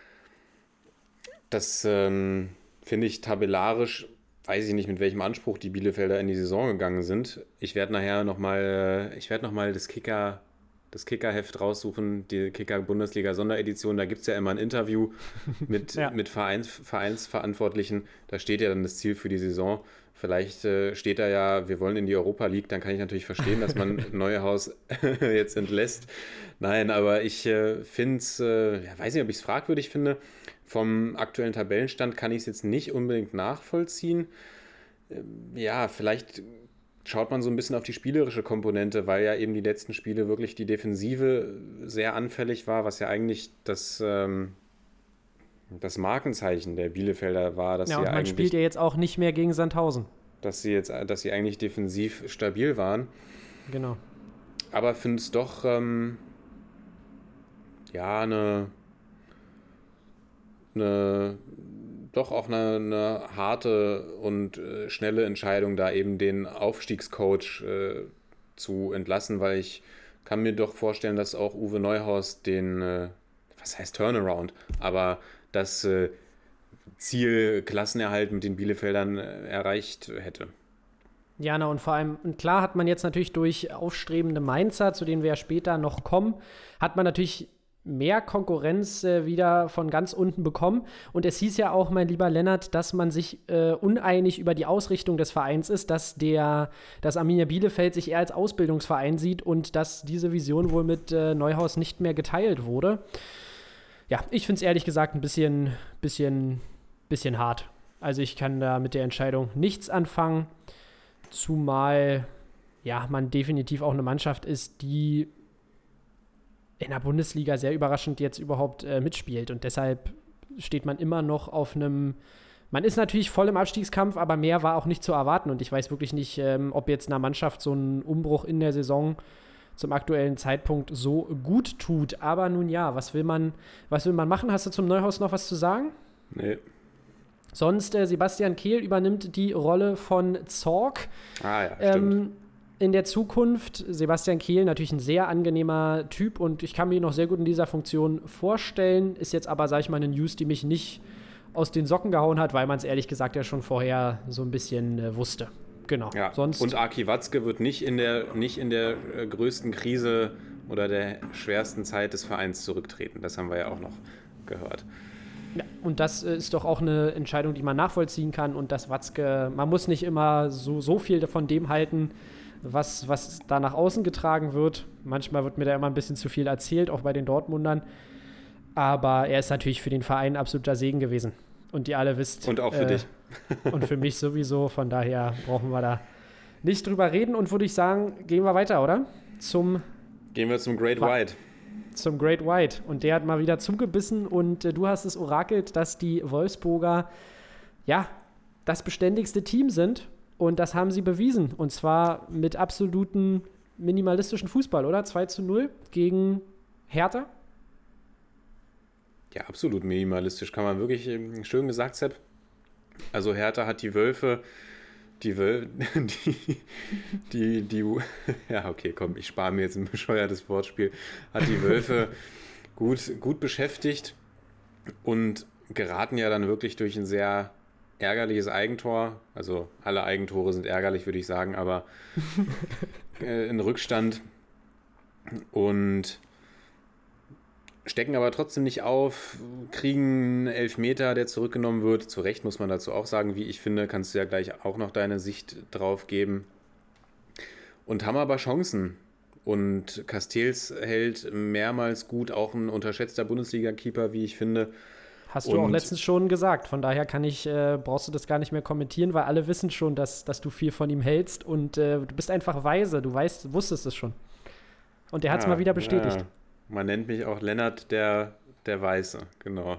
Das ähm, finde ich tabellarisch, weiß ich nicht, mit welchem Anspruch die Bielefelder in die Saison gegangen sind. Ich werde nachher nochmal, ich werde nochmal das Kicker, das Kickerheft raussuchen, die Kicker-Bundesliga-Sonderedition. Da gibt es ja immer ein Interview mit, Ja. mit Vereins, Vereinsverantwortlichen. Da steht ja dann das Ziel für die Saison. Vielleicht äh, steht da ja, wir wollen in die Europa League. Dann kann ich natürlich verstehen, dass man Neuhaus jetzt entlässt. Nein, aber ich äh, finde es, äh, ja, weiß nicht, ob ich es fragwürdig finde. Vom aktuellen Tabellenstand kann ich es jetzt nicht unbedingt nachvollziehen. Ähm, Ja, vielleicht schaut man so ein bisschen auf die spielerische Komponente, weil ja eben die letzten Spiele wirklich die Defensive sehr anfällig war, was ja eigentlich das, ähm, das Markenzeichen der Bielefelder war, dass Ja, sie und ja man eigentlich, spielt ja jetzt auch nicht mehr gegen Sandhausen. dass sie jetzt, dass sie eigentlich defensiv stabil waren. Genau. Aber finde es doch ähm, ja eine, eine doch auch eine, eine harte und äh, schnelle Entscheidung, da eben den Aufstiegscoach äh, zu entlassen, weil ich kann mir doch vorstellen, dass auch Uwe Neuhaus den, äh, was heißt Turnaround, aber das äh, Ziel Klassenerhalt mit den Bielefeldern äh, erreicht hätte. Ja, na und vor allem, und klar hat man jetzt natürlich durch aufstrebende Mainzer, zu denen wir ja später noch kommen, hat man natürlich mehr Konkurrenz äh, wieder von ganz unten bekommen. Und es hieß ja auch, mein lieber Lennart, dass man sich äh, uneinig über die Ausrichtung des Vereins ist, dass der, dass Arminia Bielefeld sich eher als Ausbildungsverein sieht und dass diese Vision wohl mit äh, Neuhaus nicht mehr geteilt wurde. Ja, ich finde es ehrlich gesagt ein bisschen, bisschen, bisschen hart. Also ich kann da mit der Entscheidung nichts anfangen, zumal ja, man definitiv auch eine Mannschaft ist, die in der Bundesliga sehr überraschend jetzt überhaupt äh, mitspielt. Und deshalb steht man immer noch auf einem, man ist natürlich voll im Abstiegskampf, aber mehr war auch nicht zu erwarten. Und ich weiß wirklich nicht, ähm, ob jetzt einer Mannschaft so ein Umbruch in der Saison zum aktuellen Zeitpunkt so gut tut. Aber nun ja, was will man, was will man machen? Hast du zum Neuhaus noch was zu sagen? Nee. Sonst, äh, Sebastian Kehl übernimmt die Rolle von Zorc. Ah ja, ähm, stimmt. In der Zukunft, Sebastian Kehl natürlich ein sehr angenehmer Typ und ich kann mir ihn noch sehr gut in dieser Funktion vorstellen. Ist jetzt aber, sag ich mal, eine News, die mich nicht aus den Socken gehauen hat, weil man es ehrlich gesagt ja schon vorher so ein bisschen äh, wusste. Genau. Ja. Sonst Und Aki Watzke wird nicht in der, nicht in der äh, größten Krise oder der schwersten Zeit des Vereins zurücktreten. Das haben wir ja auch noch gehört. Ja, und das äh, ist doch auch eine Entscheidung, die man nachvollziehen kann. Und das Watzke, man muss nicht immer so, so viel von dem halten, was, was da nach außen getragen wird. Manchmal wird mir da immer ein bisschen zu viel erzählt, auch bei den Dortmundern. Aber er ist natürlich für den Verein ein absoluter Segen gewesen. Und ihr alle wisst. Und auch für äh, dich. Und für mich sowieso. Von daher brauchen wir da nicht drüber reden. Und würde ich sagen, gehen wir weiter, oder? Zum Gehen wir zum Great White. Zum Great White. Und der hat mal wieder zugebissen. Und äh, du hast es orakelt, dass die Wolfsburger ja das beständigste Team sind. Und das haben sie bewiesen. Und zwar mit absoluten minimalistischen Fußball, oder? zwei zu null gegen Hertha. Ja, absolut minimalistisch. Kann man wirklich ähm, schön gesagt, Sepp. Also Hertha hat die Wölfe, die Wölfe, die, die, die, ja okay, komm, ich spare mir jetzt ein bescheuertes Wortspiel, hat die Wölfe gut, gut beschäftigt und geraten ja dann wirklich durch ein sehr ärgerliches Eigentor. Also alle Eigentore sind ärgerlich, würde ich sagen, aber äh, in Rückstand und stecken aber trotzdem nicht auf, kriegen einen Elfmeter, der zurückgenommen wird. Zu Recht muss man dazu auch sagen, wie ich finde, kannst du ja gleich auch noch deine Sicht drauf geben. Und haben aber Chancen. Und Castells hält mehrmals gut, auch ein unterschätzter Bundesliga-Keeper, wie ich finde. Hast du Und auch letztens schon gesagt. Von daher kann ich, äh, brauchst du das gar nicht mehr kommentieren, weil alle wissen schon, dass, dass du viel von ihm hältst. Und äh, du bist einfach weise. Du weißt, wusstest es schon. Und der hat es ja, mal wieder bestätigt. Ja. Man nennt mich auch Lennart der, der Weiße, genau.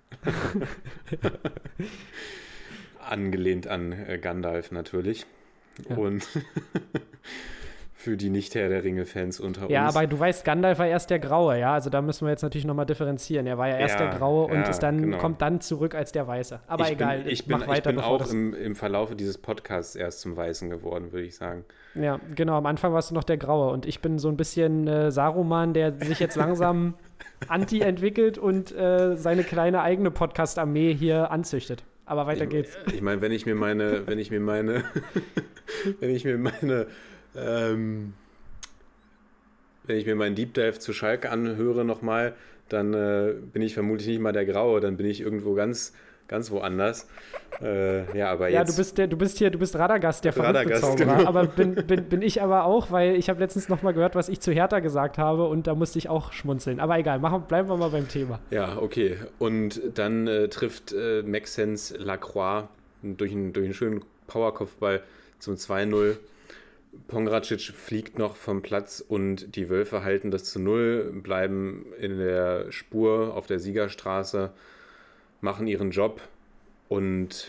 Angelehnt an äh, Gandalf natürlich. Ja. Und für die Nicht-Herr der Ringe-Fans unter Ja, uns. aber du weißt, Gandalf war erst der Graue, ja. Also da müssen wir jetzt natürlich nochmal differenzieren. Er war ja erst Ja, der Graue und ja, ist dann, genau. kommt dann zurück als der Weiße. Aber ich egal, bin, ich bin, mach weiter. ich bin bevor auch das im, im Verlaufe dieses Podcasts erst zum Weißen geworden, würde ich sagen. Ja, genau. Am Anfang warst du noch der Graue und ich bin so ein bisschen äh, Saruman, der sich jetzt langsam anti entwickelt und äh, seine kleine eigene Podcast-Armee hier anzüchtet. Aber weiter ich, geht's. Ich meine, wenn ich mir meine, wenn ich mir meine, wenn ich mir meine, ähm, wenn ich mir meinen Deep Dive zu Schalke anhöre nochmal, dann äh, bin ich vermutlich nicht mal der Graue, dann bin ich irgendwo ganz, ganz woanders. Äh, ja, aber Ja, jetzt. du bist der, du bist hier, du bist Radagast, der verrückte Radagast, Zauberer. genau. Aber bin, bin, bin ich aber auch, weil ich habe letztens noch mal gehört, was ich zu Hertha gesagt habe und da musste ich auch schmunzeln. Aber egal, machen, bleiben wir mal beim Thema. Ja, okay. Und dann äh, trifft äh, Maxence Lacroix durch einen, durch einen schönen Powerkopfball zum zwei null. Pongracic fliegt noch vom Platz und die Wölfe halten das zu null, bleiben in der Spur auf der Siegerstraße, machen ihren Job und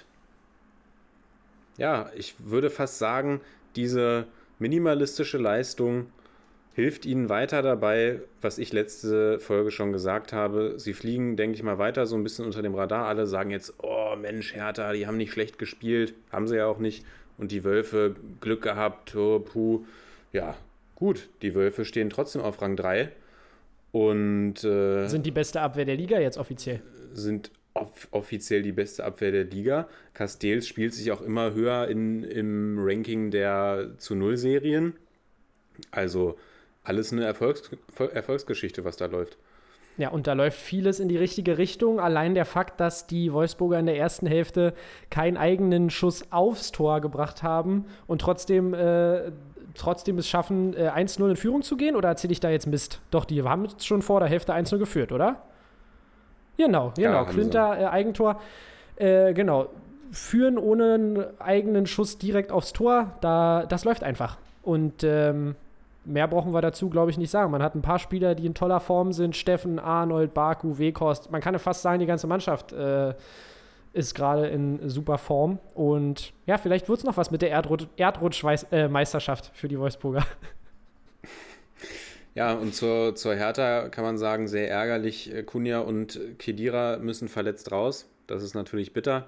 ja, ich würde fast sagen, diese minimalistische Leistung hilft ihnen weiter dabei, was ich letzte Folge schon gesagt habe. Sie fliegen, denke ich mal, weiter so ein bisschen unter dem Radar. Alle sagen jetzt, oh Mensch, Hertha, die haben nicht schlecht gespielt. Haben sie ja auch nicht. Und die Wölfe, Glück gehabt, oh, puh. Ja, gut, die Wölfe stehen trotzdem auf Rang drei und äh, Sind die beste Abwehr der Liga jetzt offiziell. sind off- offiziell die beste Abwehr der Liga. Castells spielt sich auch immer höher in, im Ranking der zu null Serien. Also alles eine Erfolgs- Erfolgsgeschichte, was da läuft. Ja, und da läuft vieles in die richtige Richtung. Allein der Fakt, dass die Wolfsburger in der ersten Hälfte keinen eigenen Schuss aufs Tor gebracht haben und trotzdem, äh, trotzdem es schaffen, äh, eins null in Führung zu gehen? Oder erzähle ich da jetzt Mist? Doch, die haben jetzt schon vor der Hälfte eins null geführt, oder? Genau, genau. Ja, haben Klünter, äh, Eigentor. Äh, genau. Führen ohne einen eigenen Schuss direkt aufs Tor, da, das läuft einfach. Und ähm, mehr brauchen wir dazu, glaube ich, nicht sagen. Man hat ein paar Spieler, die in toller Form sind. Steffen, Arnold, Baku, Weghorst. Man kann ja fast sagen, die ganze Mannschaft äh, ist gerade in super Form. Und ja, vielleicht wird es noch was mit der Erdrutsch- Erdrutschmeisterschaft für die Wolfsburger. Ja, und zur, zur Hertha kann man sagen, sehr ärgerlich. Cunha und Khedira müssen verletzt raus. Das ist natürlich bitter.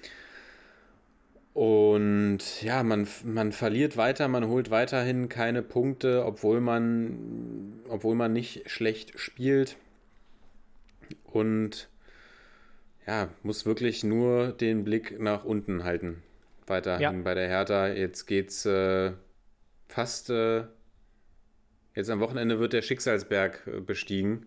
Und ja, man, man verliert weiter, man holt weiterhin keine Punkte, obwohl man, obwohl man nicht schlecht spielt. Und ja, muss wirklich nur den Blick nach unten halten. Weiterhin ja. bei der Hertha. Jetzt geht's äh, fast, äh, jetzt am Wochenende wird der Schicksalsberg äh, bestiegen.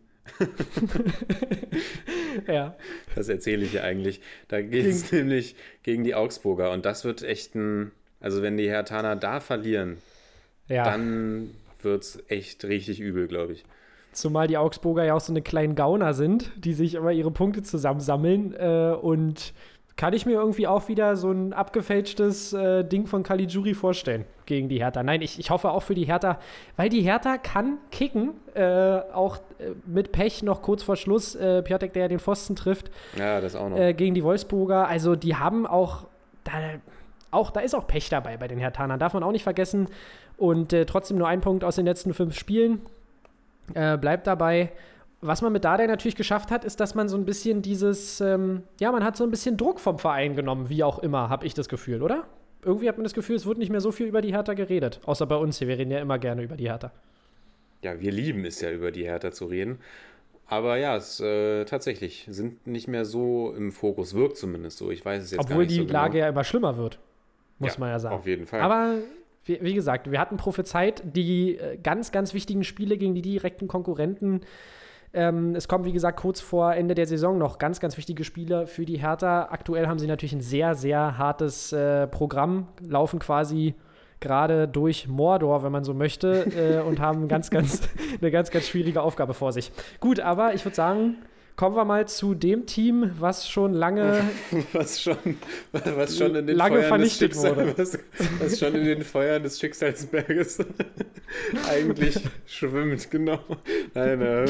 Ja. Das erzähle ich ja eigentlich. Da geht es nämlich gegen die Augsburger und das wird echt ein, also wenn die Herthaner da verlieren, ja. dann wird es echt richtig übel, glaube ich. Zumal die Augsburger ja auch so eine kleinen Gauner sind, die sich immer ihre Punkte zusammensammeln äh, und kann ich mir irgendwie auch wieder so ein abgefälschtes äh, Ding von Caligiuri vorstellen gegen die Hertha. Nein, ich, ich hoffe auch für die Hertha, weil die Hertha kann kicken, äh, auch äh, mit Pech noch kurz vor Schluss, äh, Piatek, der ja den Pfosten trifft, ja, das auch noch. Äh, gegen die Wolfsburger. Also die haben auch da, auch, da ist auch Pech dabei bei den Herthanern, darf man auch nicht vergessen. Und äh, trotzdem nur ein Punkt aus den letzten fünf Spielen, äh, bleibt dabei. Was man mit Dardai natürlich geschafft hat, ist, dass man so ein bisschen dieses, ähm, ja, man hat so ein bisschen Druck vom Verein genommen, wie auch immer, habe ich das Gefühl, oder? Irgendwie hat man das Gefühl, es wird nicht mehr so viel über die Hertha geredet. Außer bei uns hier, wir reden ja immer gerne über die Hertha. Ja, wir lieben es ja, über die Hertha zu reden. Aber ja, es äh, tatsächlich sind nicht mehr so im Fokus, wirkt zumindest so. Ich weiß es jetzt Obwohl gar nicht so die Lage genau. ja immer schlimmer wird, muss ja, man ja sagen. Auf jeden Fall. Aber wie, wie gesagt, wir hatten prophezeit, die äh, ganz, ganz wichtigen Spiele gegen die direkten Konkurrenten. Ähm, es kommt, wie gesagt, kurz vor Ende der Saison noch ganz, ganz wichtige Spiele für die Hertha. Aktuell haben sie natürlich ein sehr, sehr hartes äh, Programm, laufen quasi gerade durch Mordor, wenn man so möchte, äh, und haben ganz, ganz, eine ganz, ganz schwierige Aufgabe vor sich. Gut, aber ich würde sagen, kommen wir mal zu dem Team, was schon lange was schon, was schon in den lange Feuern vernichtet des Schicksal, wurde. Was, was schon in den Feuern des Schicksalsberges eigentlich schwimmt, genau. Nein, äh.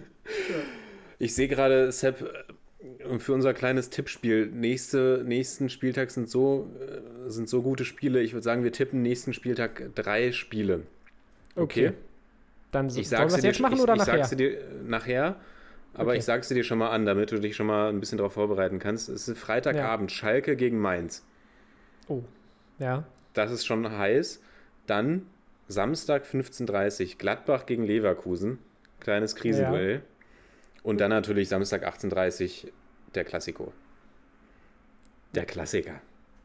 Ich sehe gerade, Sepp, für unser kleines Tippspiel, nächste, nächsten Spieltag sind so, sind so gute Spiele. Ich würde sagen, wir tippen nächsten Spieltag drei Spiele. Okay. okay. Dann ich sollen wir es jetzt machen ich, oder ich nachher? Ich sag's dir nachher. Aber okay. Ich sag's dir schon mal an, damit du dich schon mal ein bisschen darauf vorbereiten kannst. Es ist Freitagabend, ja. Schalke gegen Mainz. Oh, ja. Das ist schon heiß. Dann Samstag fünfzehn Uhr dreißig, Gladbach gegen Leverkusen. Kleines Krisenduell. Ja. Und dann natürlich Samstag achtzehn Uhr dreißig, der Klassiko. Der Klassiker.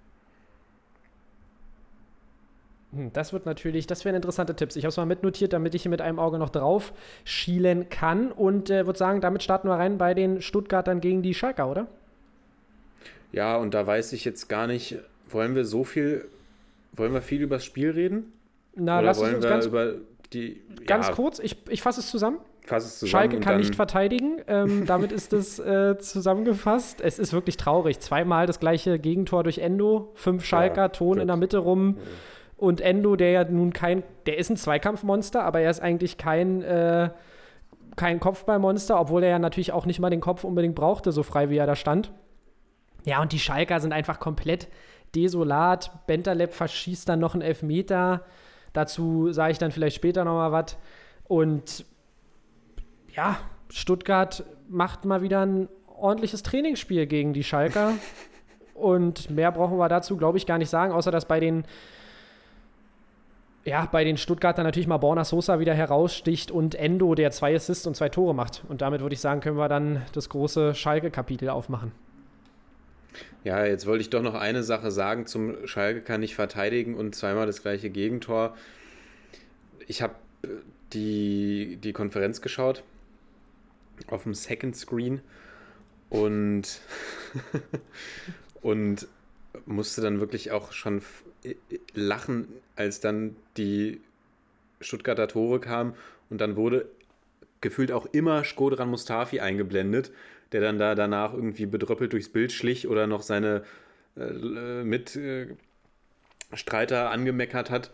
Das wird natürlich, das wären interessante Tipps. Ich habe es mal mitnotiert, damit ich hier mit einem Auge noch drauf schielen kann und äh, würde sagen, damit starten wir rein bei den Stuttgartern gegen die Schalker, oder? Ja, und da weiß ich jetzt gar nicht, wollen wir so viel, wollen wir viel über das Spiel reden? Na, Oder lass wollen es uns wir ganz, über die, ganz ja, kurz, ich, ich fasse es zusammen. Fass es zusammen. Schalke und kann dann nicht verteidigen. Ähm, damit ist es äh, zusammengefasst. Es ist wirklich traurig. Zweimal das gleiche Gegentor durch Endo. Fünf Schalker, ja, Ton in der Mitte rum. Ja. Und Endo, der ja nun kein, der ist ein Zweikampfmonster, aber er ist eigentlich kein, äh, kein Kopfballmonster, obwohl er ja natürlich auch nicht mal den Kopf unbedingt brauchte, so frei wie er da stand. Ja, und die Schalker sind einfach komplett desolat. Bentaleb verschießt dann noch einen Elfmeter. Dazu sage ich dann vielleicht später nochmal was. Und ja, Stuttgart macht mal wieder ein ordentliches Trainingsspiel gegen die Schalker. Und mehr brauchen wir dazu, glaube ich, gar nicht sagen, außer dass bei den ja, bei den Stuttgartern natürlich mal Borna Sosa wieder heraussticht und Endo, der zwei Assists und zwei Tore macht. Und damit würde ich sagen, können wir dann das große Schalke-Kapitel aufmachen. Ja, jetzt wollte ich doch noch eine Sache sagen zum Schalke kann nicht verteidigen und zweimal das gleiche Gegentor. Ich habe die, die Konferenz geschaut auf dem Second Screen und, und musste dann wirklich auch schon lachen, als dann die Stuttgarter Tore kamen und dann wurde gefühlt auch immer Shkodran Mustafi eingeblendet, der dann da danach irgendwie bedröppelt durchs Bild schlich oder noch seine äh, Mitstreiter äh, angemeckert hat.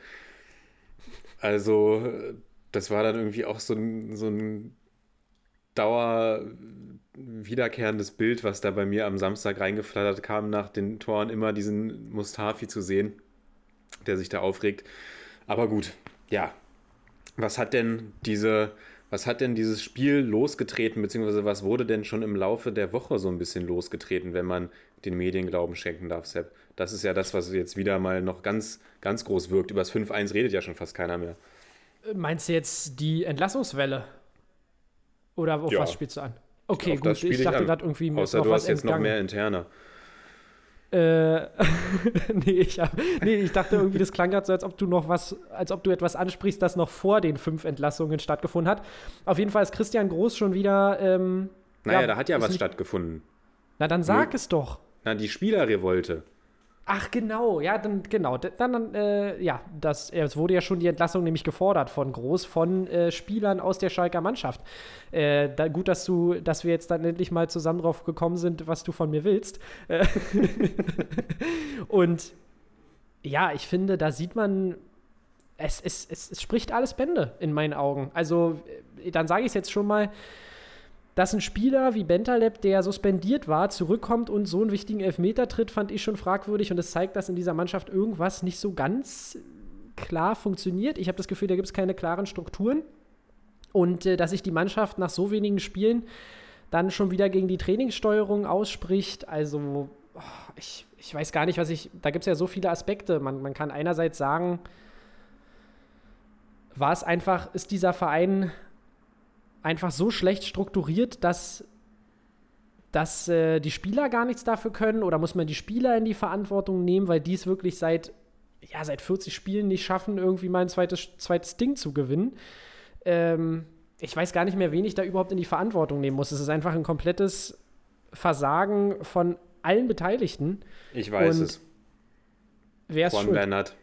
Also das war dann irgendwie auch so ein, so ein Dauer wiederkehrendes Bild, was da bei mir am Samstag reingeflattert kam, nach den Toren immer diesen Mustafi zu sehen, der sich da aufregt. Aber gut, ja, was hat denn diese, was hat denn dieses Spiel losgetreten, beziehungsweise was wurde denn schon im Laufe der Woche so ein bisschen losgetreten, wenn man den Medien Glauben schenken darf, Sepp? Das ist ja das, was jetzt wieder mal noch ganz, ganz groß wirkt. Über das fünf eins redet ja schon fast keiner mehr. Meinst du jetzt die Entlassungswelle? Oder auf Ja. was spielst du an? Okay, Auf gut, das spiel ich ich dachte an. gerade irgendwie mir ist Außer noch du was hast jetzt noch entgangen. mehr interner. Äh, nee, ich hab, nee, ich dachte irgendwie, das klang gerade so, als ob du noch was, als ob du etwas ansprichst, das noch vor den fünf Entlassungen stattgefunden hat. Auf jeden Fall ist Christian Groß schon wieder. Ähm, Naja, ja, da hat ja ist was nicht- stattgefunden. Na, dann sag Nö. es doch. Na, die Spielerrevolte. Ach, genau, ja, dann, genau. d- Dann, dann äh, ja, das, äh, es wurde ja schon die Entlassung nämlich gefordert von Groß, von äh, Spielern aus der Schalker Mannschaft. Äh, da, gut, dass du, dass wir jetzt dann endlich mal zusammen drauf gekommen sind, was du von mir willst. Äh, Und ja, ich finde, da sieht man, es, es, es, es spricht alles Bände in meinen Augen. Also, äh, dann sage ich es jetzt schon mal, dass ein Spieler wie Bentaleb, der suspendiert war, zurückkommt und so einen wichtigen Elfmeter tritt, fand ich schon fragwürdig. Und es zeigt, dass in dieser Mannschaft irgendwas nicht so ganz klar funktioniert. Ich habe das Gefühl, da gibt es keine klaren Strukturen. Und äh, dass sich die Mannschaft nach so wenigen Spielen dann schon wieder gegen die Trainingssteuerung ausspricht. Also, oh, ich, ich weiß gar nicht, was ich. Da gibt es ja so viele Aspekte. Man, man kann einerseits sagen, war es einfach, ist dieser Verein einfach so schlecht strukturiert, dass, dass äh, die Spieler gar nichts dafür können, oder muss man die Spieler in die Verantwortung nehmen, weil die es wirklich seit, ja, seit vierzig Spielen nicht schaffen, irgendwie mal ein zweites, zweites Ding zu gewinnen. Ähm, ich weiß gar nicht mehr, wen ich da überhaupt in die Verantwortung nehmen muss. Es ist einfach ein komplettes Versagen von allen Beteiligten. Ich weiß Und es. Wer ist Juan schuld? Bernat.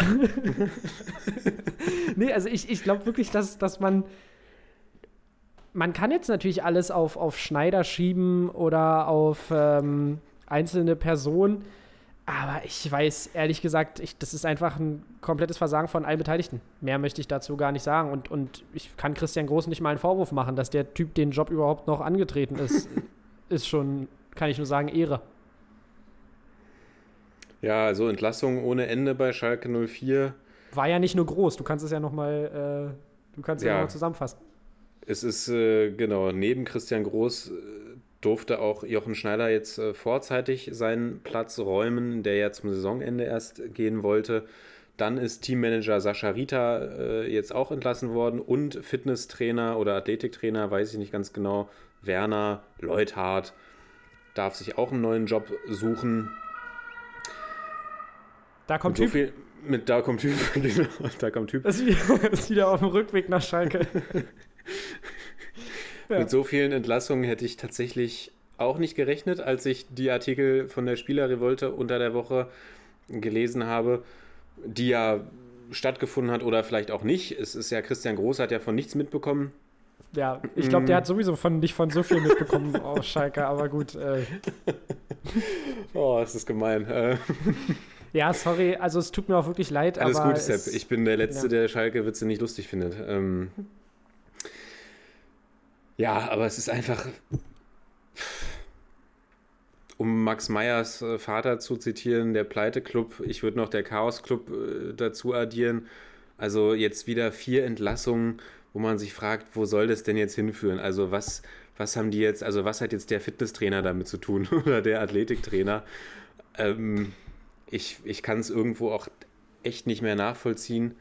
Nee, also ich, ich glaube wirklich, dass, dass man man kann jetzt natürlich alles auf, auf Schneider schieben oder auf ähm, einzelne Personen, aber ich weiß ehrlich gesagt, ich, das ist einfach ein komplettes Versagen von allen Beteiligten. Mehr möchte ich dazu gar nicht sagen. Und, und ich kann Christian Groß nicht mal einen Vorwurf machen, dass der Typ den Job überhaupt noch angetreten ist, ist schon, kann ich nur sagen, Ehre. Ja, also Entlassung ohne Ende bei Schalke null vier. War ja nicht nur Groß, du kannst es ja nochmal äh, du kannst es ja, Ja. noch mal zusammenfassen. Es ist, äh, genau, neben Christian Groß äh, durfte auch Jochen Schneider jetzt äh, vorzeitig seinen Platz räumen, der ja zum Saisonende erst gehen wollte. Dann ist Teammanager Sascha Rita äh, jetzt auch entlassen worden und Fitnesstrainer oder Athletiktrainer, weiß ich nicht ganz genau, Werner Leuthardt darf sich auch einen neuen Job suchen. Da kommt so Typ. viel mit da kommt Typ, genau, da kommt Typ. Das ist wieder, das ist wieder auf dem Rückweg nach Schalke. Ja. Mit so vielen Entlassungen hätte ich tatsächlich auch nicht gerechnet, als ich die Artikel von der Spielerrevolte unter der Woche gelesen habe, die ja stattgefunden hat oder vielleicht auch nicht. Es ist ja, Christian Groß hat ja von nichts mitbekommen. Ja, ich glaube, der hat sowieso von, nicht von so viel mitbekommen aus Schalke, aber gut. Äh, Oh, das ist gemein. Äh, ja, sorry, also es tut mir auch wirklich leid, alles aber gut, es, Sepp. Ich bin der Letzte, ja. der Schalke-Witze nicht lustig findet. Ähm, ja, aber es ist einfach, um Max Meyers äh, Vater zu zitieren, der Pleite-Club, ich würde noch der Chaos-Club äh, dazu addieren. Also jetzt wieder vier Entlassungen, wo man sich fragt, wo soll das denn jetzt hinführen? Also was, was haben die jetzt, also was hat jetzt der Fitnesstrainer damit zu tun oder der Athletiktrainer? Ähm, ich ich kann es irgendwo auch echt nicht mehr nachvollziehen.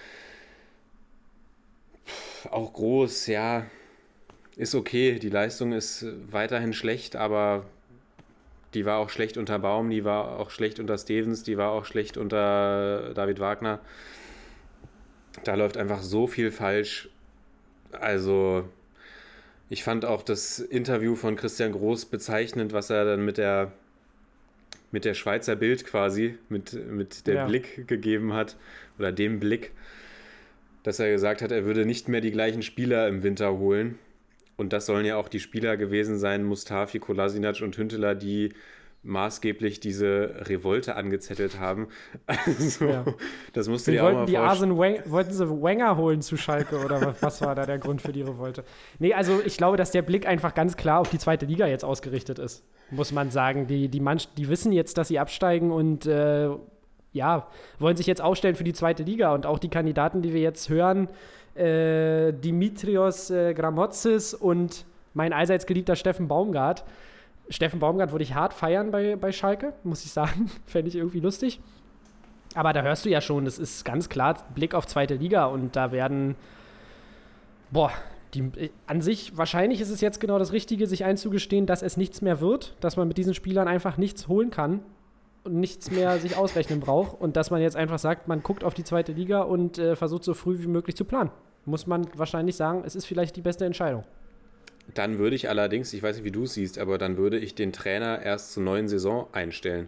Auch Groß, ja, ist okay. Die Leistung ist weiterhin schlecht, aber die war auch schlecht unter Baum, die war auch schlecht unter Stevens, die war auch schlecht unter David Wagner. Da läuft einfach so viel falsch. Also, ich fand auch das Interview von Christian Groß bezeichnend, was er dann mit der, mit der Schweizer Bild quasi, mit, mit der Ja. Blick gegeben hat, oder dem Blick, dass er gesagt hat, er würde nicht mehr die gleichen Spieler im Winter holen. Und das sollen ja auch die Spieler gewesen sein, Mustafi, Kolasinac und Hünteler, die maßgeblich diese Revolte angezettelt haben. Also, Ja. das musst du Sie dir auch wollten mal die vorstellen. Arsene Wenger, wollten sie Wenger holen zu Schalke oder was, was war da der Grund für die Revolte? Nee, also ich glaube, dass der Blick einfach ganz klar auf die zweite Liga jetzt ausgerichtet ist, muss man sagen. Die, die, Mann, die wissen jetzt, dass sie absteigen und äh, ja, wollen sich jetzt aufstellen für die zweite Liga. Und auch die Kandidaten, die wir jetzt hören, äh, Dimitrios äh, Gramotzis und mein allseits geliebter Steffen Baumgart. Steffen Baumgart würde ich hart feiern bei, bei Schalke, muss ich sagen. Fände ich irgendwie lustig. Aber da hörst du ja schon, das ist ganz klar Blick auf zweite Liga und da werden, boah, die, an sich, wahrscheinlich ist es jetzt genau das Richtige, sich einzugestehen, dass es nichts mehr wird, dass man mit diesen Spielern einfach nichts holen kann und nichts mehr sich ausrechnen braucht und dass man jetzt einfach sagt, man guckt auf die zweite Liga und äh, versucht so früh wie möglich zu planen. Muss man wahrscheinlich sagen, es ist vielleicht die beste Entscheidung. Dann würde ich allerdings, ich weiß nicht, wie du es siehst, aber dann würde ich den Trainer erst zur neuen Saison einstellen.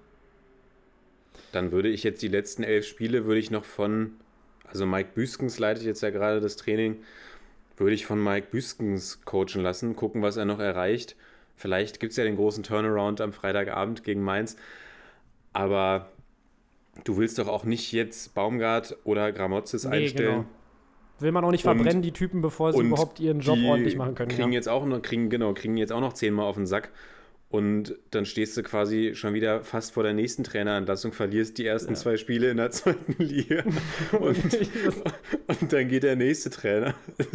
Dann würde ich jetzt die letzten elf Spiele, würde ich noch von, also Mike Büskens leitet jetzt ja gerade das Training, würde ich von Mike Büskens coachen lassen, gucken, was er noch erreicht. Vielleicht gibt es ja den großen Turnaround am Freitagabend gegen Mainz. Aber du willst doch auch nicht jetzt Baumgart oder Gramotzis nee, einstellen. Genau. Will man auch nicht und, verbrennen, die Typen, bevor sie überhaupt ihren Job ordentlich machen können. Kriegen ja. jetzt auch noch, kriegen, genau, kriegen jetzt auch noch zehnmal auf den Sack. Und dann stehst du quasi schon wieder fast vor der nächsten Traineranlassung, verlierst die ersten ja. zwei Spiele in der zweiten Liga und, und dann geht der nächste Trainer.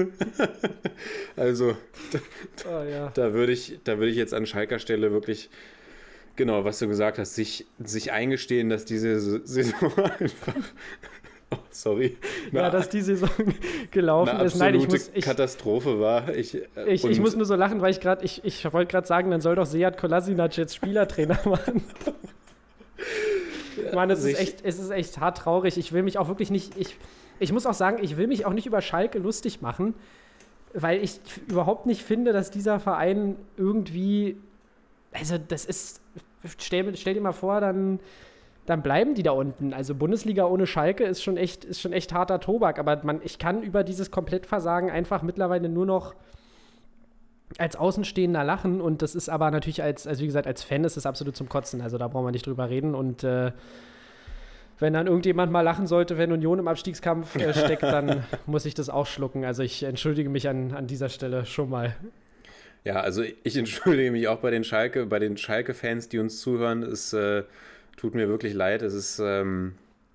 Also da, oh, ja. da würde ich, da würde ich jetzt an Schalker Stelle wirklich, genau, was du gesagt hast, sich, sich eingestehen, dass diese Saison einfach... Oh, sorry. Na, ja, dass die Saison gelaufen eine ist. Nein, ich muss. Ich, Katastrophe war. Ich, äh, ich, ich muss nur so lachen, weil ich gerade, ich, ich wollte gerade sagen, dann soll doch Sead Kolasinac jetzt Spielertrainer machen. Mann, es ist, echt, es ist echt hart traurig. Ich will mich auch wirklich nicht. Ich, ich muss auch sagen, ich will mich auch nicht über Schalke lustig machen, weil ich überhaupt nicht finde, dass dieser Verein irgendwie. Also, das ist. Stell, stell dir mal vor, dann. dann bleiben die da unten. Also Bundesliga ohne Schalke ist schon echt, ist schon echt harter Tobak. Aber man, ich kann über dieses Komplettversagen einfach mittlerweile nur noch als Außenstehender lachen. Und das ist aber natürlich als, also wie gesagt, als Fan ist es absolut zum Kotzen. Also da brauchen wir nicht drüber reden. Und äh, wenn dann irgendjemand mal lachen sollte, wenn Union im Abstiegskampf äh, steckt, dann muss ich das auch schlucken. Also ich entschuldige mich an, an dieser Stelle schon mal. Ja, also ich entschuldige mich auch bei den Schalke, bei den Schalke-Fans, die uns zuhören. Es äh, tut mir wirklich leid. Es ist, ähm,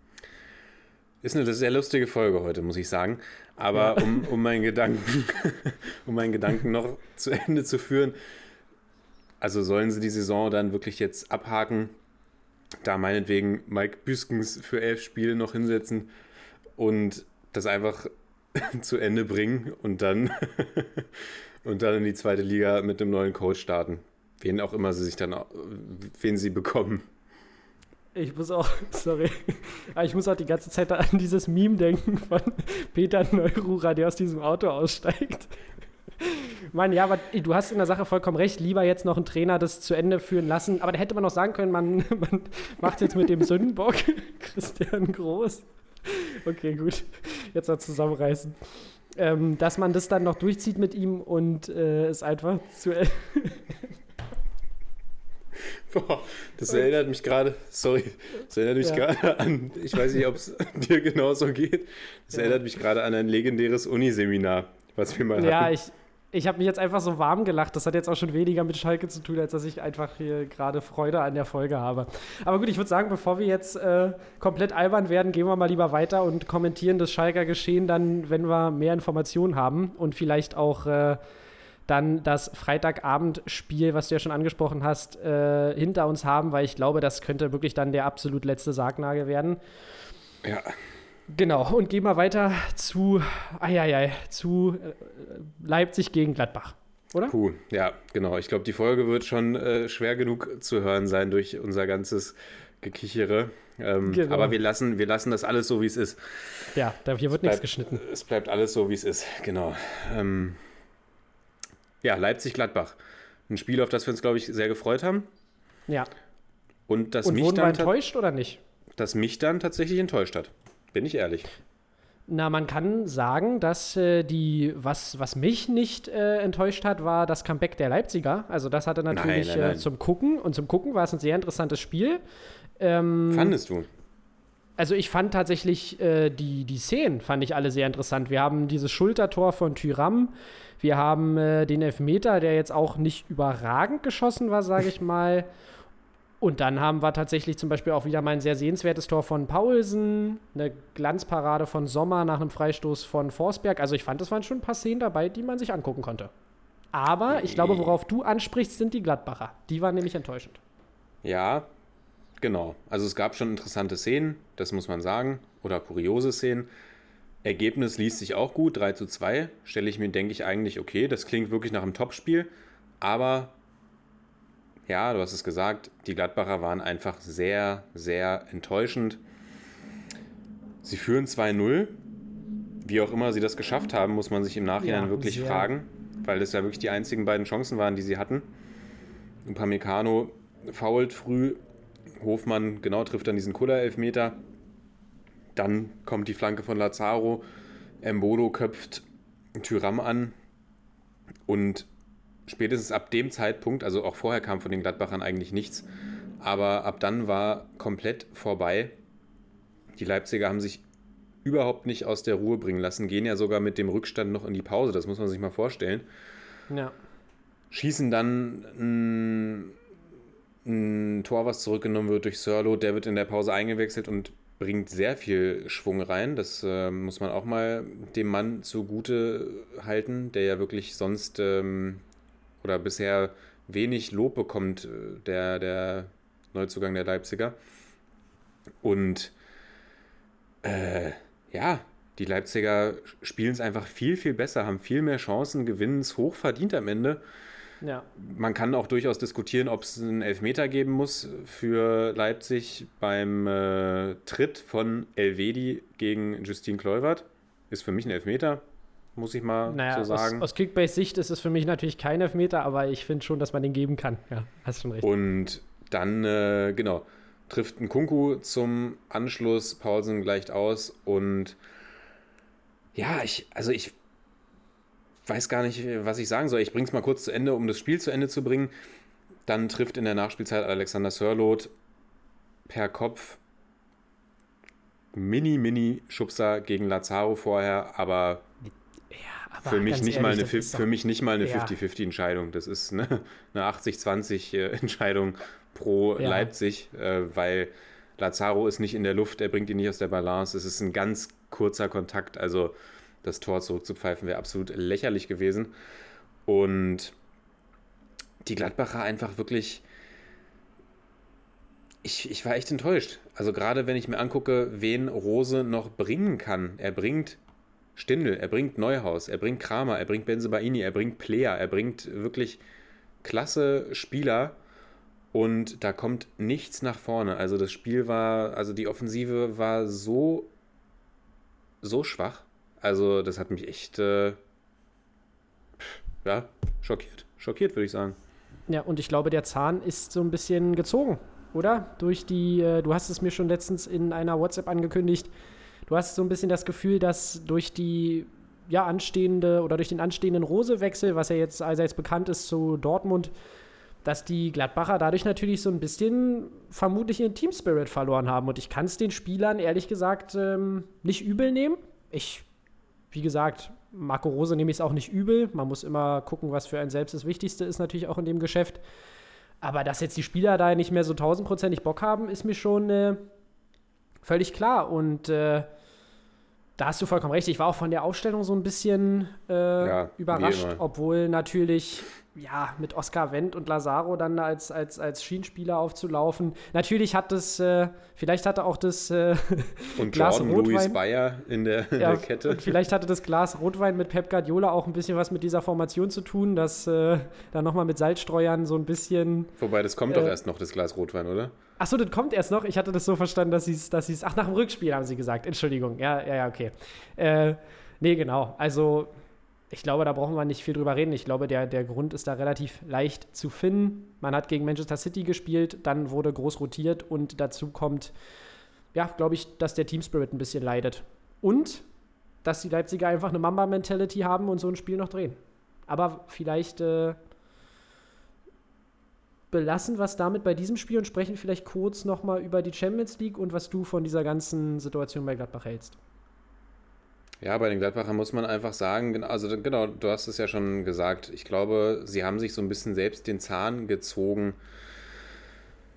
ist eine sehr lustige Folge heute, muss ich sagen. Aber ja. um, um meinen Gedanken, um meinen Gedanken noch zu Ende zu führen, also sollen sie die Saison dann wirklich jetzt abhaken, da meinetwegen Mike Büskens für elf Spiele noch hinsetzen und das einfach zu Ende bringen und dann und dann in die zweite Liga mit einem neuen Coach starten. Wen auch immer sie sich dann, wen sie bekommen. Ich muss auch, sorry, ich muss auch die ganze Zeit an dieses Meme denken von Peter Neururer, der aus diesem Auto aussteigt. Mann, ja, aber du hast in der Sache vollkommen recht. Lieber jetzt noch einen Trainer das zu Ende führen lassen. Aber da hätte man auch sagen können, man, man macht jetzt mit dem Sündenbock Christian Groß. Okay, gut. Jetzt mal zusammenreißen. Ähm, dass man das dann noch durchzieht mit ihm und äh, es einfach zu Ende. Boah, das erinnert mich gerade, sorry, das erinnert mich ja. gerade an, ich weiß nicht, ob es dir genauso geht, das ja. erinnert mich gerade an ein legendäres Uniseminar, was wir mal hatten. Ja, ich, ich habe mich jetzt einfach so warm gelacht, das hat jetzt auch schon weniger mit Schalke zu tun, als dass ich einfach hier gerade Freude an der Folge habe. Aber gut, ich würde sagen, bevor wir jetzt äh, komplett albern werden, gehen wir mal lieber weiter und kommentieren das Schalker Geschehen dann, wenn wir mehr Informationen haben und vielleicht auch äh, dann das Freitagabendspiel, was du ja schon angesprochen hast, äh, hinter uns haben, weil ich glaube, das könnte wirklich dann der absolut letzte Sargnagel werden. Ja. Genau, und gehen wir weiter zu, eieiei, zu äh, Leipzig gegen Gladbach, oder? Puh, ja, genau. Ich glaube, die Folge wird schon äh, schwer genug zu hören sein durch unser ganzes Gekichere. Ähm, genau. Aber wir lassen, wir lassen das alles so, wie es ist. Ja, da, hier wird bleibt, nichts geschnitten. Es bleibt alles so, wie es ist, genau. Ähm, Ja, Leipzig-Gladbach. Ein Spiel, auf das wir uns, glaube ich, sehr gefreut haben. Ja. Und das Und mich wurden dann wir enttäuscht oder nicht? Das mich dann tatsächlich enttäuscht hat. Bin ich ehrlich. Na, man kann sagen, dass äh, die, was, was mich nicht äh, enttäuscht hat, war das Comeback der Leipziger. Also das hatte natürlich nein, nein, nein. Äh, zum Gucken. Und zum Gucken war es ein sehr interessantes Spiel. Ähm, Fandest du? Also ich fand tatsächlich äh, die, die Szenen, fand ich alle sehr interessant. Wir haben dieses Schultertor von Thuram. Wir haben äh, den Elfmeter, der jetzt auch nicht überragend geschossen war, sage ich mal. Und dann haben wir tatsächlich zum Beispiel auch wieder mal ein sehr sehenswertes Tor von Paulsen, eine Glanzparade von Sommer nach einem Freistoß von Forsberg. Also ich fand, es waren schon ein paar Szenen dabei, die man sich angucken konnte. Aber ich glaube, worauf du ansprichst, sind die Gladbacher. Die waren nämlich enttäuschend. Ja, genau. Also es gab schon interessante Szenen, das muss man sagen, oder kuriose Szenen. Ergebnis liest sich auch gut, drei zu zwei. Stelle ich mir, denke ich, eigentlich okay. Das klingt wirklich nach einem Topspiel. Aber, ja, du hast es gesagt, die Gladbacher waren einfach sehr, sehr enttäuschend. Sie führen zwei null. Wie auch immer sie das geschafft haben, muss man sich im Nachhinein Ja, wirklich sehr. fragen. Weil das ja wirklich die einzigen beiden Chancen waren, die sie hatten. Upamecano foult früh. Hofmann, genau, trifft dann diesen Kuller-Elfmeter. Dann kommt die Flanke von Lazaro. Embolo köpft Thuram an. Und spätestens ab dem Zeitpunkt, also auch vorher kam von den Gladbachern eigentlich nichts, aber ab dann war komplett vorbei. Die Leipziger haben sich überhaupt nicht aus der Ruhe bringen lassen, gehen ja sogar mit dem Rückstand noch in die Pause, das muss man sich mal vorstellen. Ja. Schießen dann ein, ein Tor, was zurückgenommen wird durch Sörloth, der wird in der Pause eingewechselt und bringt sehr viel Schwung rein. Das äh, muss man auch mal dem Mann zugute halten, der ja wirklich sonst ähm, oder bisher wenig Lob bekommt, der, der Neuzugang der Leipziger. Und äh, ja, die Leipziger spielen es einfach viel, viel besser, haben viel mehr Chancen, gewinnen es hoch verdient am Ende. Ja. Man kann auch durchaus diskutieren, ob es einen Elfmeter geben muss für Leipzig beim äh, Tritt von Elvedi gegen Justin Kluivert. Ist für mich ein Elfmeter, muss ich mal Naja, so sagen. aus, aus Kickbase-Sicht ist es für mich natürlich kein Elfmeter, aber ich finde schon, dass man den geben kann. Ja, hast schon recht. Und dann, äh, genau, trifft ein Kunku zum Anschluss, Paulsen gleicht aus und ja, ich, also ich weiß gar nicht, was ich sagen soll. Ich bringe es mal kurz zu Ende, um das Spiel zu Ende zu bringen. Dann trifft in der Nachspielzeit Alexander Sörloth per Kopf mini, mini Schubser gegen Lazaro vorher, aber, Ja, aber für, mich ganz nicht ehrlich, mal eine, das fi- ist doch- für mich nicht mal eine Ja. fünfzig fünfzig Entscheidung. Das ist eine, eine achtzig zwanzig äh, Entscheidung pro Ja. Leipzig, äh, weil Lazaro ist nicht in der Luft, er bringt ihn nicht aus der Balance. Es ist ein ganz kurzer Kontakt, also das Tor zurückzupfeifen wäre absolut lächerlich gewesen. Und die Gladbacher einfach wirklich, ich, ich war echt enttäuscht. Also gerade wenn ich mir angucke, wen Rose noch bringen kann. Er bringt Stindl, er bringt Neuhaus, er bringt Kramer, er bringt Bensebaini, er bringt Plea, er bringt wirklich klasse Spieler und da kommt nichts nach vorne. Also das Spiel war, also die Offensive war so, so schwach. Also das hat mich echt, äh, ja, schockiert. Schockiert, würde ich sagen. Ja, und ich glaube, der Zahn ist so ein bisschen gezogen, oder? Durch die, äh, du hast es mir schon letztens in einer WhatsApp angekündigt, du hast so ein bisschen das Gefühl, dass durch die ja, anstehende oder durch den anstehenden Rose-Wechsel, was ja jetzt allseits bekannt ist zu Dortmund, dass die Gladbacher dadurch natürlich so ein bisschen vermutlich ihren Team-Spirit verloren haben. Und ich kann es den Spielern ehrlich gesagt ähm, nicht übel nehmen. Ich, wie gesagt, Marco Rose nehme ich es auch nicht übel. Man muss immer gucken, was für einen selbst das Wichtigste ist natürlich auch in dem Geschäft. Aber dass jetzt die Spieler da nicht mehr so tausendprozentig Bock haben, ist mir schon äh, völlig klar. Und äh, da hast du vollkommen recht. Ich war auch von der Aufstellung so ein bisschen äh, Ja, wie überrascht, immer. obwohl natürlich ja, mit Oskar Wendt und Lazaro dann als, als, als Schienenspieler aufzulaufen. Natürlich hat das, äh, vielleicht hatte auch das äh, Und Glas Jordan Louis Rotwein. Bayer in der, in Ja, der Kette. und vielleicht hatte das Glas Rotwein mit Pep Guardiola auch ein bisschen was mit dieser Formation zu tun, dass äh, da nochmal mit Salzstreuern so ein bisschen. Wobei, das kommt äh, doch erst noch, das Glas Rotwein, oder? Achso, das kommt erst noch. Ich hatte das so verstanden, dass sie es, dass sie es. Ach, nach dem Rückspiel haben sie gesagt. Entschuldigung. Ja, ja, ja, okay. Äh, nee, genau. Also, ich glaube, da brauchen wir nicht viel drüber reden. Ich glaube, der, der Grund ist da relativ leicht zu finden. Man hat gegen Manchester City gespielt, dann wurde groß rotiert und dazu kommt, ja, glaube ich, dass der Team-Spirit ein bisschen leidet. Und dass die Leipziger einfach eine Mamba-Mentality haben und so ein Spiel noch drehen. Aber vielleicht äh, belassen wir es damit bei diesem Spiel und sprechen vielleicht kurz nochmal über die Champions League und was du von dieser ganzen Situation bei Gladbach hältst. Ja, bei den Gladbachern muss man einfach sagen, genau, also genau, du hast es ja schon gesagt, ich glaube, sie haben sich so ein bisschen selbst den Zahn gezogen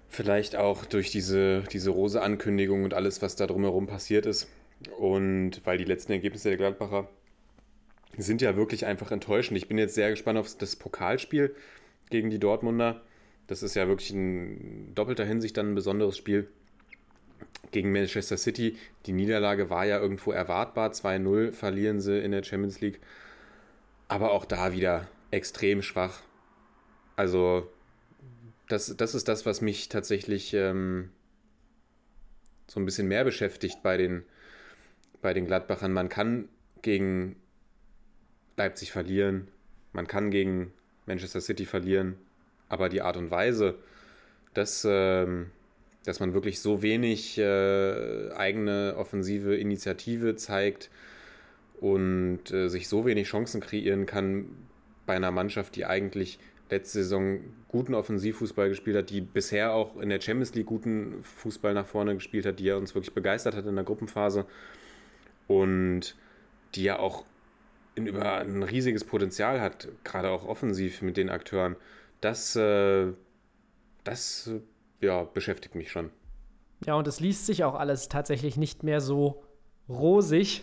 Vielleicht auch durch diese, diese Rose-Ankündigung und alles, was da drumherum passiert ist. Und weil die letzten Ergebnisse der Gladbacher sind ja wirklich einfach enttäuschend. Ich bin jetzt sehr gespannt auf das Pokalspiel gegen die Dortmunder. Das ist ja wirklich in doppelter Hinsicht dann ein besonderes Spiel gegen Manchester City. Die Niederlage war ja irgendwo erwartbar. zwei null verlieren sie in der Champions League. Aber auch da wieder extrem schwach. Also das, das ist das, was mich tatsächlich ähm, so ein bisschen mehr beschäftigt bei den, bei den Gladbachern. Man kann gegen Leipzig verlieren, man kann gegen Manchester City verlieren, aber die Art und Weise, dass, ähm, dass man wirklich so wenig äh, eigene offensive Initiative zeigt und äh, sich so wenig Chancen kreieren kann bei einer Mannschaft, die eigentlich letzte Saison guten Offensivfußball gespielt hat, die bisher auch in der Champions League guten Fußball nach vorne gespielt hat, die ja uns wirklich begeistert hat in der Gruppenphase und die ja auch in über ein riesiges Potenzial hat, gerade auch offensiv mit den Akteuren. Das, äh, das ja, beschäftigt mich schon. Ja, und es liest sich auch alles tatsächlich nicht mehr so rosig.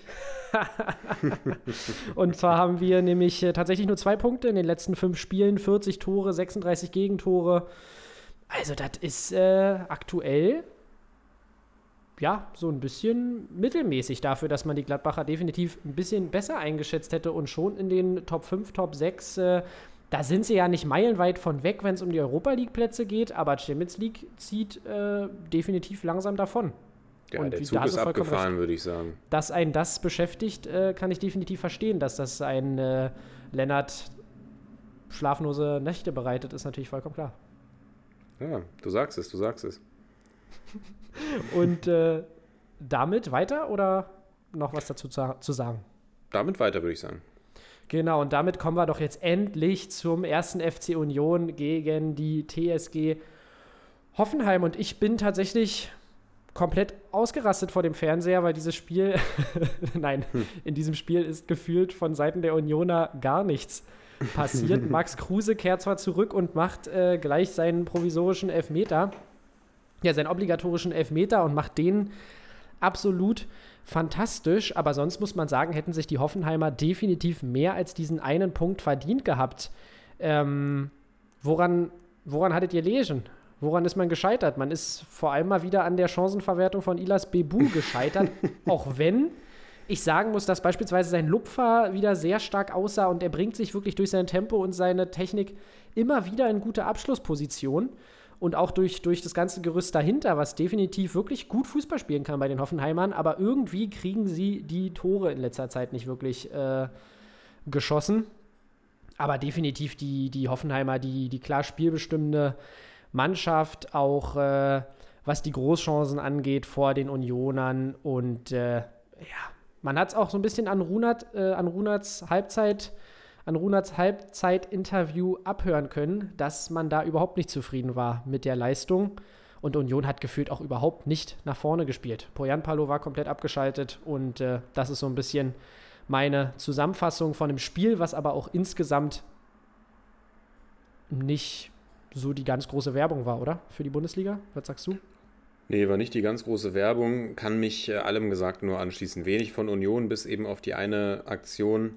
Und zwar haben wir nämlich äh, tatsächlich nur zwei Punkte in den letzten fünf Spielen, vierzig Tore, sechsunddreißig Gegentore. Also das ist äh, aktuell ja so ein bisschen mittelmäßig dafür, dass man die Gladbacher definitiv ein bisschen besser eingeschätzt hätte und schon in den Top fünf, Top sechs, äh, da sind sie ja nicht meilenweit von weg, wenn es um die Europa-League-Plätze geht, aber Champions League zieht äh, definitiv langsam davon. Ja, und der wie- Zug da hast ist du vollkommen abgefahren, recht. würde ich sagen. Dass einen das beschäftigt, äh, kann ich definitiv verstehen. Dass das ein äh, Lennart schlaflose Nächte bereitet, ist natürlich vollkommen klar. Ja, du sagst es, du sagst es. Und äh, damit weiter oder noch was dazu zu, zu sagen? Damit weiter, würde ich sagen. Genau, und damit kommen wir doch jetzt endlich zum ersten F C Union gegen die T S G Hoffenheim. Und ich bin tatsächlich komplett ausgerastet vor dem Fernseher, weil dieses Spiel, nein, in diesem Spiel ist gefühlt von Seiten der Unioner gar nichts passiert. Max Kruse kehrt zwar zurück und macht äh, gleich seinen provisorischen Elfmeter, ja, seinen obligatorischen Elfmeter und macht den absolut fantastisch, aber sonst muss man sagen, hätten sich die Hoffenheimer definitiv mehr als diesen einen Punkt verdient gehabt. Ähm, woran, woran hattet ihr lesen? Woran ist man gescheitert? Man ist vor allem mal wieder an der Chancenverwertung von Ilas Bebu gescheitert, auch wenn ich sagen muss, dass beispielsweise sein Lupfer wieder sehr stark aussah und er bringt sich wirklich durch sein Tempo und seine Technik immer wieder in gute Abschlusspositionen. Und auch durch, durch das ganze Gerüst dahinter, was definitiv wirklich gut Fußball spielen kann bei den Hoffenheimern, aber irgendwie kriegen sie die Tore in letzter Zeit nicht wirklich äh, geschossen. Aber definitiv die, die Hoffenheimer, die, die klar spielbestimmende Mannschaft, auch äh, was die Großchancen angeht vor den Unionern. Und äh, ja, man hat es auch so ein bisschen an Runert, äh, an Runerts Halbzeit an Runerts Halbzeit-Interview abhören können, dass man da überhaupt nicht zufrieden war mit der Leistung. Und Union hat gefühlt auch überhaupt nicht nach vorne gespielt. Poyanpalo war komplett abgeschaltet und äh, das ist so ein bisschen meine Zusammenfassung von dem Spiel, was aber auch insgesamt nicht so die ganz große Werbung war, oder? Für die Bundesliga? Was sagst du? Nee, war nicht die ganz große Werbung, kann mich äh, allem gesagt nur anschließen. Wenig von Union bis eben auf die eine Aktion,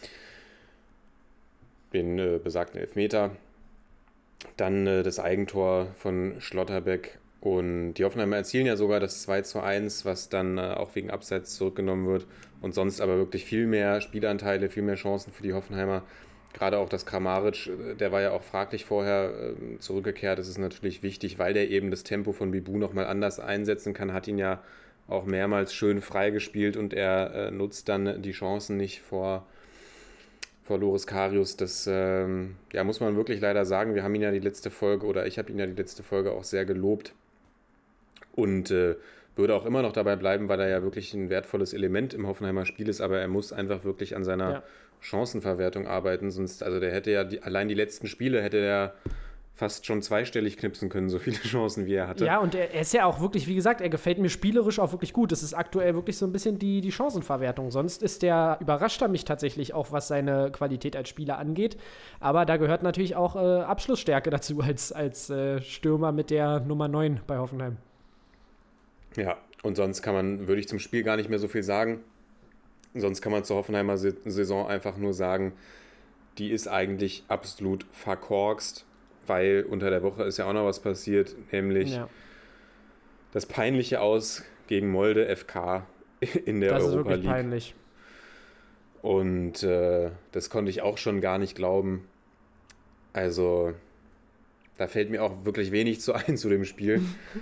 den äh, besagten Elfmeter, dann äh, das Eigentor von Schlotterbeck und die Hoffenheimer erzielen ja sogar das zwei zu eins, was dann äh, auch wegen Abseits zurückgenommen wird und sonst aber wirklich viel mehr Spielanteile, viel mehr Chancen für die Hoffenheimer. Gerade auch das Kramaric, äh, der war ja auch fraglich vorher äh, zurückgekehrt, das ist natürlich wichtig, weil der eben das Tempo von Bibu nochmal anders einsetzen kann, hat ihn ja auch mehrmals schön freigespielt und er äh, nutzt dann die Chancen nicht vor vor Loris Karius, das ähm, ja, muss man wirklich leider sagen. Wir haben ihn ja die letzte Folge, oder ich habe ihn ja die letzte Folge auch sehr gelobt und äh, würde auch immer noch dabei bleiben, weil er ja wirklich ein wertvolles Element im Hoffenheimer Spiel ist, aber er muss einfach wirklich an seiner Ja. Chancenverwertung arbeiten, sonst, also der hätte ja, die, allein die letzten Spiele hätte er fast schon zweistellig knipsen können, so viele Chancen, wie er hatte. Ja, und er, er ist ja auch wirklich, wie gesagt, er gefällt mir spielerisch auch wirklich gut. Das ist aktuell wirklich so ein bisschen die, die Chancenverwertung. Sonst ist der, überrascht er mich tatsächlich auch, was seine Qualität als Spieler angeht. Aber da gehört natürlich auch äh, Abschlussstärke dazu als, als äh, Stürmer mit der Nummer neun bei Hoffenheim. Ja, und sonst kann man, würde ich zum Spiel gar nicht mehr so viel sagen. Sonst kann man zur Hoffenheimer Saison einfach nur sagen, die ist eigentlich absolut verkorkst, weil unter der Woche ist ja auch noch was passiert, nämlich ja. das peinliche Aus gegen Molde F K in der Europa League. Das ist wirklich peinlich. Und äh, das konnte ich auch schon gar nicht glauben. Also, da fällt mir auch wirklich wenig zu ein zu dem Spiel.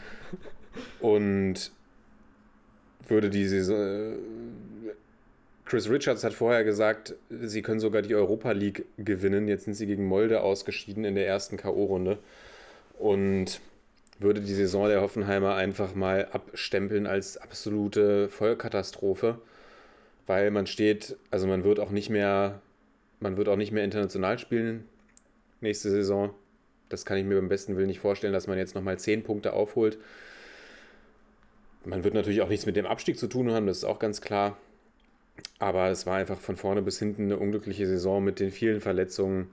Und würde die Saison... Chris Richards hat vorher gesagt, sie können sogar die Europa League gewinnen. Jetzt sind sie gegen Molde ausgeschieden in der ersten K O-Runde. Und würde die Saison der Hoffenheimer einfach mal abstempeln als absolute Vollkatastrophe. Weil man steht, also man wird auch nicht mehr, man wird auch nicht mehr international spielen nächste Saison. Das kann ich mir beim besten Willen nicht vorstellen, dass man jetzt nochmal zehn Punkte aufholt. Man wird natürlich auch nichts mit dem Abstieg zu tun haben, das ist auch ganz klar. Aber es war einfach von vorne bis hinten eine unglückliche Saison mit den vielen Verletzungen,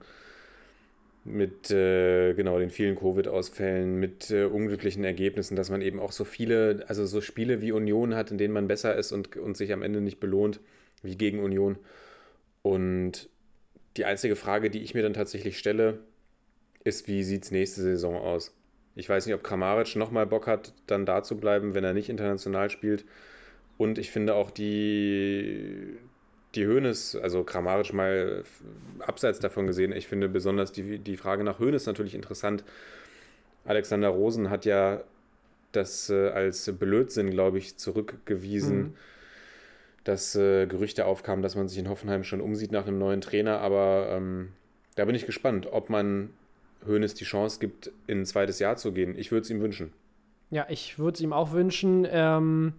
mit äh, genau den vielen Covid-Ausfällen, mit äh, unglücklichen Ergebnissen, dass man eben auch so viele, also so Spiele wie Union hat, in denen man besser ist und, und sich am Ende nicht belohnt, wie gegen Union. Und die einzige Frage, die ich mir dann tatsächlich stelle, ist, wie sieht es nächste Saison aus? Ich weiß nicht, ob Kramaric nochmal Bock hat, dann da zu bleiben, wenn er nicht international spielt. Und ich finde auch die, die Hoeneß, also Kramaric mal abseits davon gesehen, ich finde besonders die, die Frage nach Hoeneß natürlich interessant. Alexander Rosen hat ja das äh, als Blödsinn, glaube ich, zurückgewiesen, mhm. dass äh, Gerüchte aufkamen, dass man sich in Hoffenheim schon umsieht nach einem neuen Trainer. Aber ähm, da bin ich gespannt, ob man Hoeneß die Chance gibt, in ein zweites Jahr zu gehen. Ich würde es ihm wünschen. Ja, ich würde es ihm auch wünschen. Ähm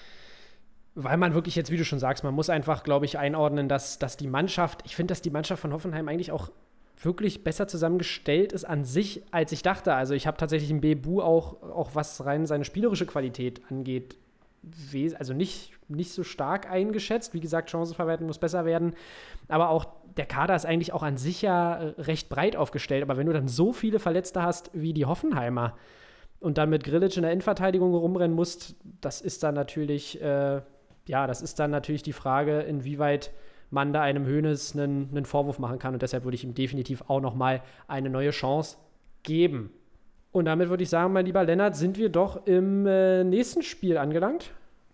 Weil man wirklich jetzt, wie du schon sagst, man muss einfach, glaube ich, einordnen, dass, dass die Mannschaft, ich finde, dass die Mannschaft von Hoffenheim eigentlich auch wirklich besser zusammengestellt ist an sich, als ich dachte. Also ich habe tatsächlich im Bebu auch, auch was rein seine spielerische Qualität angeht, also nicht, nicht so stark eingeschätzt. Wie gesagt, Chancenverwertung muss besser werden. Aber auch der Kader ist eigentlich auch an sich ja recht breit aufgestellt. Aber wenn du dann so viele Verletzte hast wie die Hoffenheimer und dann mit Grillitsch in der Innenverteidigung rumrennen musst, das ist dann natürlich... Äh, Ja, das ist dann natürlich die Frage, inwieweit man da einem Hoeneß einen, einen Vorwurf machen kann. Und deshalb würde ich ihm definitiv auch nochmal eine neue Chance geben. Und damit würde ich sagen, mein lieber Lennart, sind wir doch im äh, nächsten Spiel angelangt.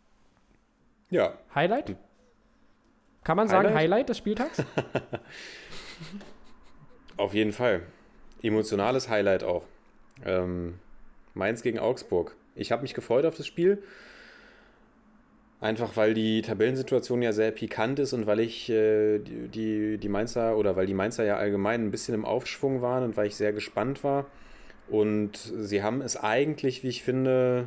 Ja. Highlight? Kann man sagen, Highlight, Highlight des Spieltags? Auf jeden Fall. Emotionales Highlight auch. Ähm, Mainz gegen Augsburg. Ich habe mich gefreut auf das Spiel. Einfach weil die Tabellensituation ja sehr pikant ist und weil ich äh, die, die Mainzer oder weil die Mainzer ja allgemein ein bisschen im Aufschwung waren und weil ich sehr gespannt war. Und sie haben es eigentlich, wie ich finde,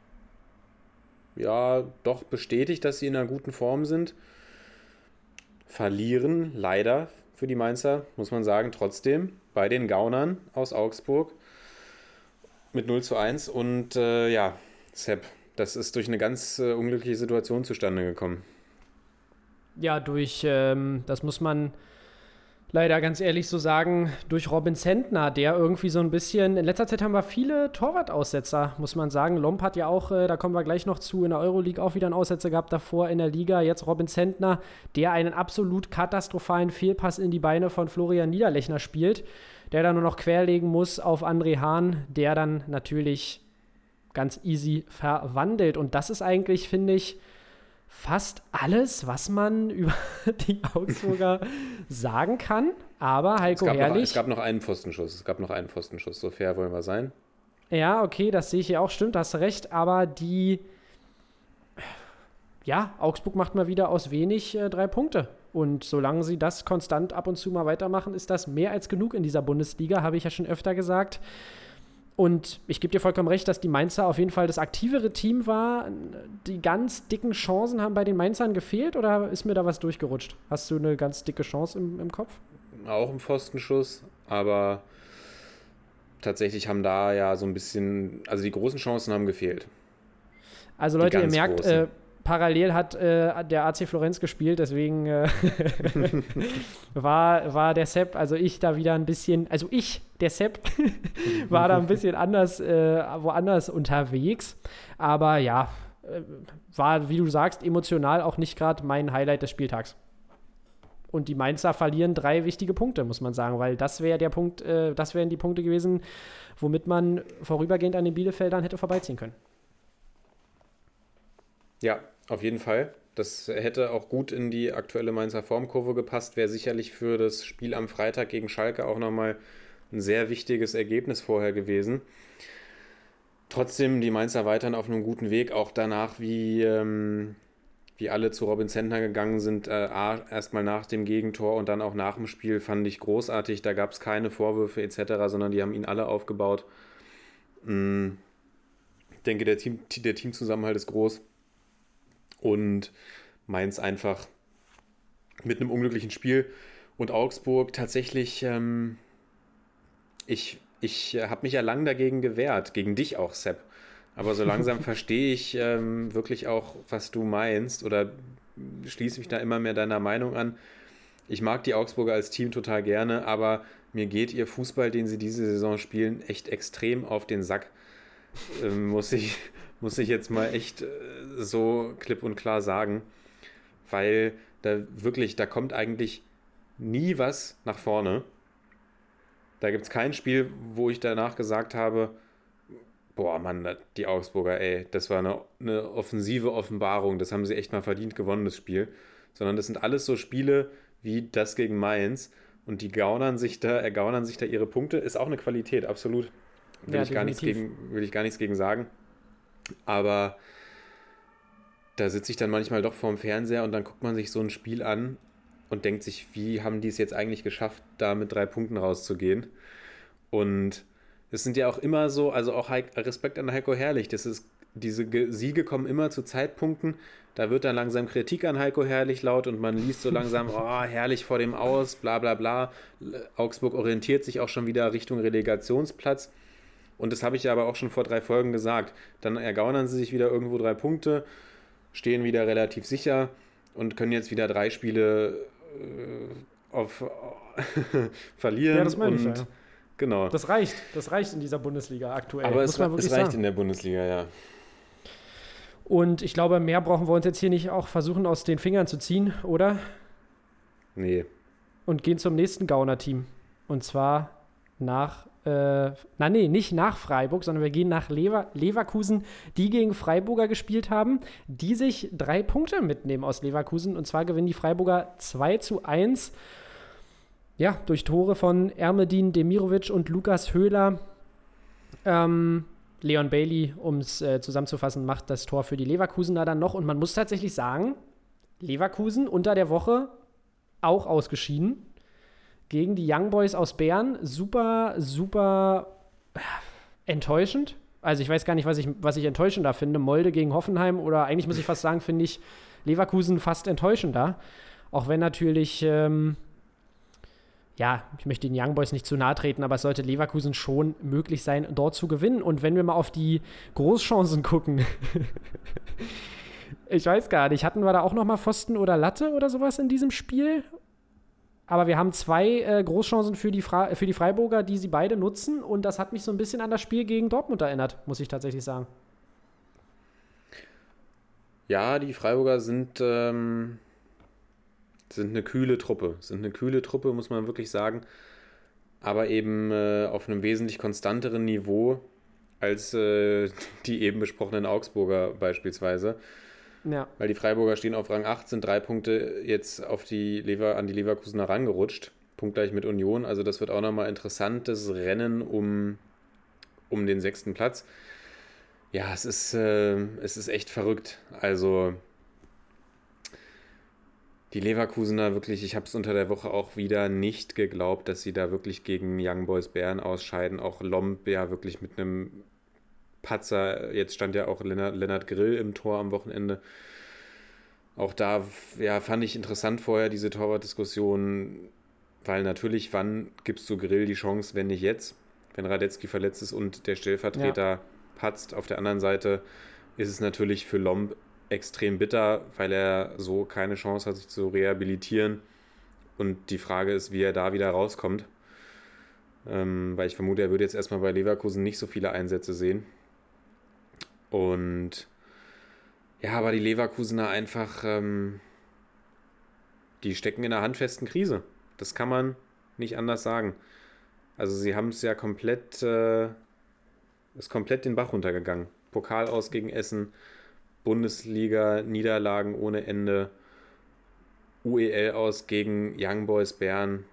ja, doch bestätigt, dass sie in einer guten Form sind. Verlieren leider für die Mainzer, muss man sagen, trotzdem bei den Gaunern aus Augsburg mit null zu eins. Und äh, ja, Sepp. Das ist durch eine ganz äh, unglückliche Situation zustande gekommen. Ja, durch, ähm, das muss man leider ganz ehrlich so sagen, durch Robin Zentner, der irgendwie so ein bisschen, in letzter Zeit haben wir viele Torwartaussetzer, muss man sagen. Lomp hat ja auch, äh, da kommen wir gleich noch zu, in der Euroleague auch wieder einen Aussetzer gehabt, davor in der Liga. Jetzt Robin Zentner, der einen absolut katastrophalen Fehlpass in die Beine von Florian Niederlechner spielt, der dann nur noch querlegen muss auf André Hahn, der dann natürlich ganz easy verwandelt. Und das ist eigentlich, finde ich, fast alles, was man über die Augsburger sagen kann. Aber Heiko es gab Herrlich... Noch, es gab noch einen Pfostenschuss. Es gab noch einen Pfostenschuss. So fair wollen wir sein. Ja, okay, das sehe ich hier auch. Stimmt, da hast du recht. Aber die... Ja, Augsburg macht mal wieder aus wenig äh, drei Punkte. Und solange sie das konstant ab und zu mal weitermachen, ist das mehr als genug in dieser Bundesliga, habe ich ja schon öfter gesagt. Und ich gebe dir vollkommen recht, dass die Mainzer auf jeden Fall das aktivere Team war. Die ganz dicken Chancen haben bei den Mainzern gefehlt oder ist mir da was durchgerutscht? Hast du eine ganz dicke Chance im, im Kopf? Auch ein Pfostenschuss, aber tatsächlich haben da ja so ein bisschen, also die großen Chancen haben gefehlt. Also Die Leute, ihr ganz merkt, großen. äh, parallel hat äh, der A C Florenz gespielt, deswegen äh, war, war der Sepp, also ich da wieder ein bisschen, also ich, der Sepp, war da ein bisschen anders, äh, woanders unterwegs. Aber ja, äh, war, wie du sagst, emotional auch nicht gerade mein Highlight des Spieltags. Und die Mainzer verlieren drei wichtige Punkte, muss man sagen, weil das wäre der Punkt, äh, das wären die Punkte gewesen, womit man vorübergehend an den Bielefeldern hätte vorbeiziehen können. Ja, auf jeden Fall. Das hätte auch gut in die aktuelle Mainzer Formkurve gepasst. Wäre sicherlich für das Spiel am Freitag gegen Schalke auch nochmal ein sehr wichtiges Ergebnis vorher gewesen. Trotzdem die Mainzer weiterhin auf einem guten Weg. Auch danach, wie, ähm, wie alle zu Robin Zentner gegangen sind. Äh, erstmal nach dem Gegentor und dann auch nach dem Spiel fand ich großartig. Da gab es keine Vorwürfe et cetera, sondern die haben ihn alle aufgebaut. Ich denke, der, Team, der Teamzusammenhalt ist groß. Und Mainz einfach mit einem unglücklichen Spiel. Und Augsburg tatsächlich, ähm, ich, ich habe mich ja lang dagegen gewehrt, gegen dich auch, Sepp. Aber so langsam verstehe ich ähm, wirklich auch, was du meinst oder schließe mich da immer mehr deiner Meinung an. Ich mag die Augsburger als Team total gerne, aber mir geht ihr Fußball, den sie diese Saison spielen, echt extrem auf den Sack, ähm, muss ich... muss ich jetzt mal echt äh, so klipp und klar sagen, weil da wirklich, da kommt eigentlich nie was nach vorne. Da gibt es kein Spiel, wo ich danach gesagt habe, boah Mann, die Augsburger, ey, das war eine, eine offensive Offenbarung, das haben sie echt mal verdient gewonnen, das Spiel. Sondern das sind alles so Spiele wie das gegen Mainz und die gaunern sich da, ergaunern sich da ihre Punkte, ist auch eine Qualität, absolut. Will, Ja, ich, gar nichts gegen, will ich gar nichts gegen sagen. Aber da sitze ich dann manchmal doch vorm Fernseher und dann guckt man sich so ein Spiel an und denkt sich, wie haben die es jetzt eigentlich geschafft, da mit drei Punkten rauszugehen? Und es sind ja auch immer so, also auch Respekt an Heiko Herrlich, das ist, diese Siege kommen immer zu Zeitpunkten, da wird dann langsam Kritik an Heiko Herrlich laut und man liest so langsam, oh, Herrlich vor dem Aus, bla bla bla. Augsburg orientiert sich auch schon wieder Richtung Relegationsplatz. Und das habe ich ja aber auch schon vor drei Folgen gesagt. Dann ergaunern sie sich wieder irgendwo drei Punkte, stehen wieder relativ sicher und können jetzt wieder drei Spiele äh, auf, äh, verlieren. Ja, das meine ich, und, ja. Genau. Das reicht, das reicht in dieser Bundesliga aktuell. Aber muss es, man wirklich es reicht sagen. in der Bundesliga, ja. Und ich glaube, mehr brauchen wir uns jetzt hier nicht auch versuchen, aus den Fingern zu ziehen, oder? Nee. Und gehen zum nächsten Gauner-Team. Und zwar nach Äh, na nee, nicht nach Freiburg, sondern wir gehen nach Lever- Leverkusen, die gegen Freiburger gespielt haben, die sich drei Punkte mitnehmen aus Leverkusen. Und zwar gewinnen die Freiburger zwei zu eins. Ja, durch Tore von Ermedin Demirovic und Lukas Höhler. Ähm, Leon Bailey, um es äh, zusammenzufassen, macht das Tor für die Leverkusener dann noch. Und man muss tatsächlich sagen, Leverkusen unter der Woche auch ausgeschieden. Gegen die Young Boys aus Bern. Super, super äh, enttäuschend. Also ich weiß gar nicht, was ich, was ich enttäuschender finde. Molde gegen Hoffenheim oder eigentlich muss ich fast sagen, finde ich Leverkusen fast enttäuschender. Auch wenn natürlich, ähm, ja, ich möchte den Young Boys nicht zu nahe treten, aber es sollte Leverkusen schon möglich sein, dort zu gewinnen. Und wenn wir mal auf die Großchancen gucken, ich weiß gar nicht, hatten wir da auch noch mal Pfosten oder Latte oder sowas in diesem Spiel? Aber wir haben zwei äh, Großchancen für die, Fra- für die Freiburger, die sie beide nutzen. Und das hat mich so ein bisschen an das Spiel gegen Dortmund erinnert, muss ich tatsächlich sagen. Ja, die Freiburger sind, ähm, sind eine kühle Truppe. Sind eine kühle Truppe, muss man wirklich sagen. Aber eben äh, auf einem wesentlich konstanteren Niveau als äh, die eben besprochenen Augsburger beispielsweise. Ja. Weil die Freiburger stehen auf Rang acht, sind drei Punkte jetzt auf die Lever, an die Leverkusener rangerutscht. Punktgleich mit Union. Also das wird auch nochmal interessantes Rennen um, um den sechsten Platz. Ja, es ist, äh, es ist echt verrückt. Also die Leverkusener wirklich, ich habe es unter der Woche auch wieder nicht geglaubt, dass sie da wirklich gegen Young Boys Bern ausscheiden. Auch Lomb ja wirklich mit einem Patzer, jetzt stand ja auch Lennart, Lennart Grill im Tor am Wochenende. Auch da ja, fand ich interessant vorher diese Torwartdiskussion, weil natürlich, wann gibst du Grill die Chance, wenn nicht jetzt? wenn Radetzky verletzt ist und der Stellvertreter ja. patzt. Auf der anderen Seite ist es natürlich für Lomb extrem bitter, weil er so keine Chance hat, sich zu rehabilitieren. Und die Frage ist, wie er da wieder rauskommt. Ähm, weil ich vermute, er würde jetzt erstmal bei Leverkusen nicht so viele Einsätze sehen. Und ja, aber die Leverkusener einfach, ähm, die stecken in einer handfesten Krise. Das kann man nicht anders sagen. Also sie haben es ja komplett, äh, ist komplett den Bach runtergegangen. Pokal aus gegen Essen, Bundesliga, Niederlagen ohne Ende, U E L aus gegen Young Boys Bern.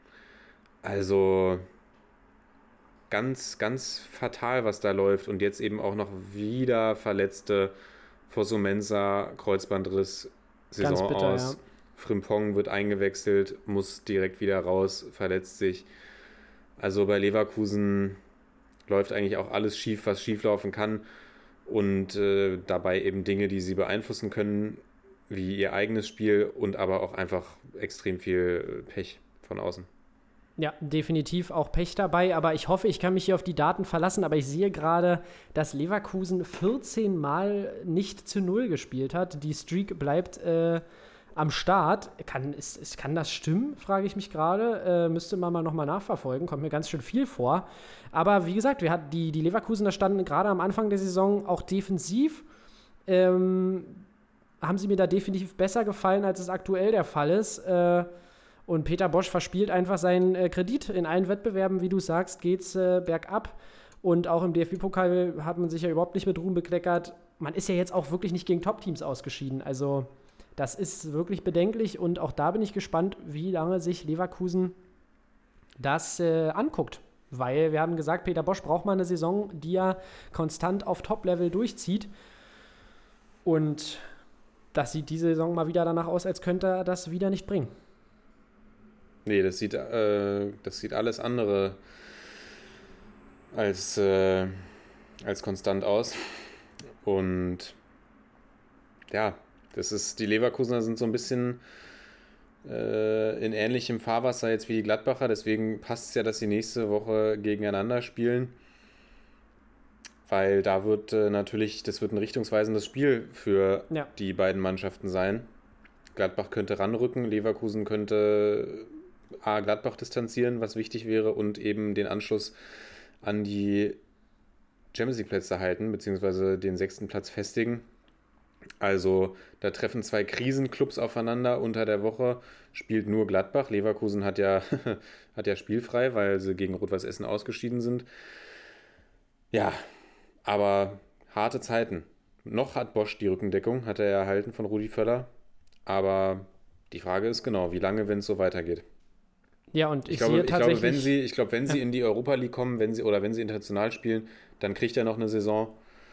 Also ganz, ganz fatal, was da läuft. Und jetzt eben auch noch wieder Verletzte. Fosu-Mensah, Kreuzbandriss, Saison bitter, aus. Ja. Frimpong wird eingewechselt, muss direkt wieder raus, verletzt sich. Also bei Leverkusen läuft eigentlich auch alles schief, was schief laufen kann. Und äh, dabei eben Dinge, die sie beeinflussen können, wie ihr eigenes Spiel und aber auch einfach extrem viel Pech von außen. Ja, definitiv auch Pech dabei, aber ich hoffe, ich kann mich hier auf die Daten verlassen, aber ich sehe gerade, dass Leverkusen vierzehn Mal nicht zu null gespielt hat. Die Streak bleibt äh, am Start. Kann, ist, ist, kann das stimmen, frage ich mich gerade. Äh, müsste man mal nochmal nachverfolgen, kommt mir ganz schön viel vor. Aber wie gesagt, wir hatten die, die Leverkusener standen gerade am Anfang der Saison auch defensiv. Ähm, haben sie mir da definitiv besser gefallen, als es aktuell der Fall ist. Äh, Und Peter Bosz verspielt einfach seinen äh, Kredit. In allen Wettbewerben, wie du sagst, geht's äh, bergab. Und auch im D F B-Pokal hat man sich ja überhaupt nicht mit Ruhm bekleckert. Man ist ja jetzt auch wirklich nicht gegen Top-Teams ausgeschieden. Also das ist wirklich bedenklich. Und auch da bin ich gespannt, wie lange sich Leverkusen das äh, anguckt. Weil wir haben gesagt, Peter Bosz braucht mal eine Saison, die er konstant auf Top-Level durchzieht. Und das sieht diese Saison mal wieder danach aus, als könnte er das wieder nicht bringen. Nee, das sieht, äh, das sieht alles andere als, äh, als konstant aus. Und ja, das ist, die Leverkusener sind so ein bisschen äh, in ähnlichem Fahrwasser jetzt wie die Gladbacher. Deswegen passt es ja, dass sie nächste Woche gegeneinander spielen. Weil da wird äh, natürlich, das wird ein richtungsweisendes Spiel für ja. die beiden Mannschaften sein. Gladbach könnte ranrücken, Leverkusen könnte A, Gladbach distanzieren, was wichtig wäre, und eben den Anschluss an die Champions League Plätze halten, beziehungsweise den sechsten Platz festigen. Also da treffen zwei Krisenclubs aufeinander unter der Woche, spielt nur Gladbach. Leverkusen hat ja, hat ja spielfrei, weil sie gegen Rot-Weiß Essen ausgeschieden sind. Ja, aber harte Zeiten. Noch hat Bosz die Rückendeckung, hat er erhalten von Rudi Völler. Aber die Frage ist genau, wie lange, wenn es so weitergeht. Ja, und ich, ich glaube, sehe ich tatsächlich... glaube, wenn sie, ich glaube, wenn sie ja. in die Europa League kommen, wenn sie, oder wenn sie international spielen, dann kriegt er noch eine Saison.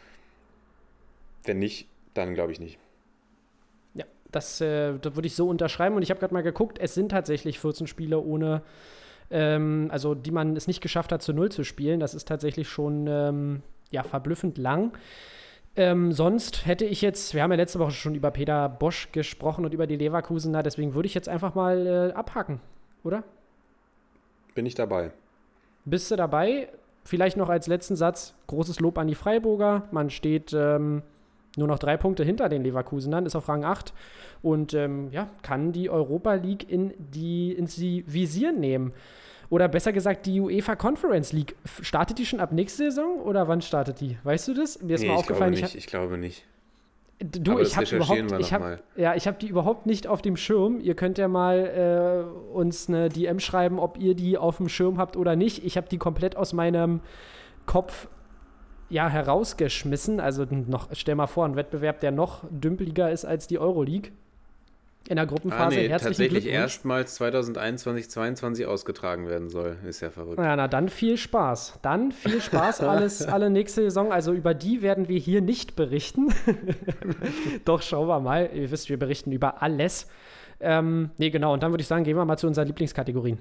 Wenn nicht, dann glaube ich nicht. Ja, das, äh, das würde ich so unterschreiben. Und ich habe gerade mal geguckt, es sind tatsächlich vierzehn Spiele ohne, ähm, also die man es nicht geschafft hat, zu null zu spielen. Das ist tatsächlich schon ähm, ja, verblüffend lang. Ähm, sonst hätte ich jetzt, wir haben ja letzte Woche schon über Peter Bosz gesprochen und über die Leverkusener, deswegen würde ich jetzt einfach mal äh, abhaken, oder? Bin ich dabei. Bist du dabei? Vielleicht noch als letzten Satz, großes Lob an die Freiburger. Man steht ähm, nur noch drei Punkte hinter den Leverkusenern, ist auf Rang acht und ähm, ja, kann die Europa League in die, ins Visier nehmen. Oder besser gesagt, die UEFA Conference League. Startet die schon ab nächste Saison oder wann startet die? Weißt du das? Mir ist nee, mal ich aufgefallen. Glaube nicht, ich, ich glaube nicht. Du, Aber ich habe überhaupt, ich habe, ja, ich habe die überhaupt nicht auf dem Schirm. Ihr könnt ja mal äh, uns eine D M schreiben, ob ihr die auf dem Schirm habt oder nicht. Ich habe die komplett aus meinem Kopf ja herausgeschmissen. Also noch, stell mal vor, ein Wettbewerb, der noch dümpeliger ist als die Euroleague. In der Gruppenphase. Ah, nee, herzlichen tatsächlich Glückwunsch. erstmals zwanzig einundzwanzig zweiundzwanzig ausgetragen werden soll. Ist ja verrückt. Ja, na dann viel Spaß. Dann viel Spaß, alles, alle nächste Saison. Also über die werden wir hier nicht berichten. Doch, schauen wir mal. Ihr wisst, wir berichten über alles. Ähm, nee, genau. Und dann würde ich sagen, gehen wir mal zu unseren Lieblingskategorien.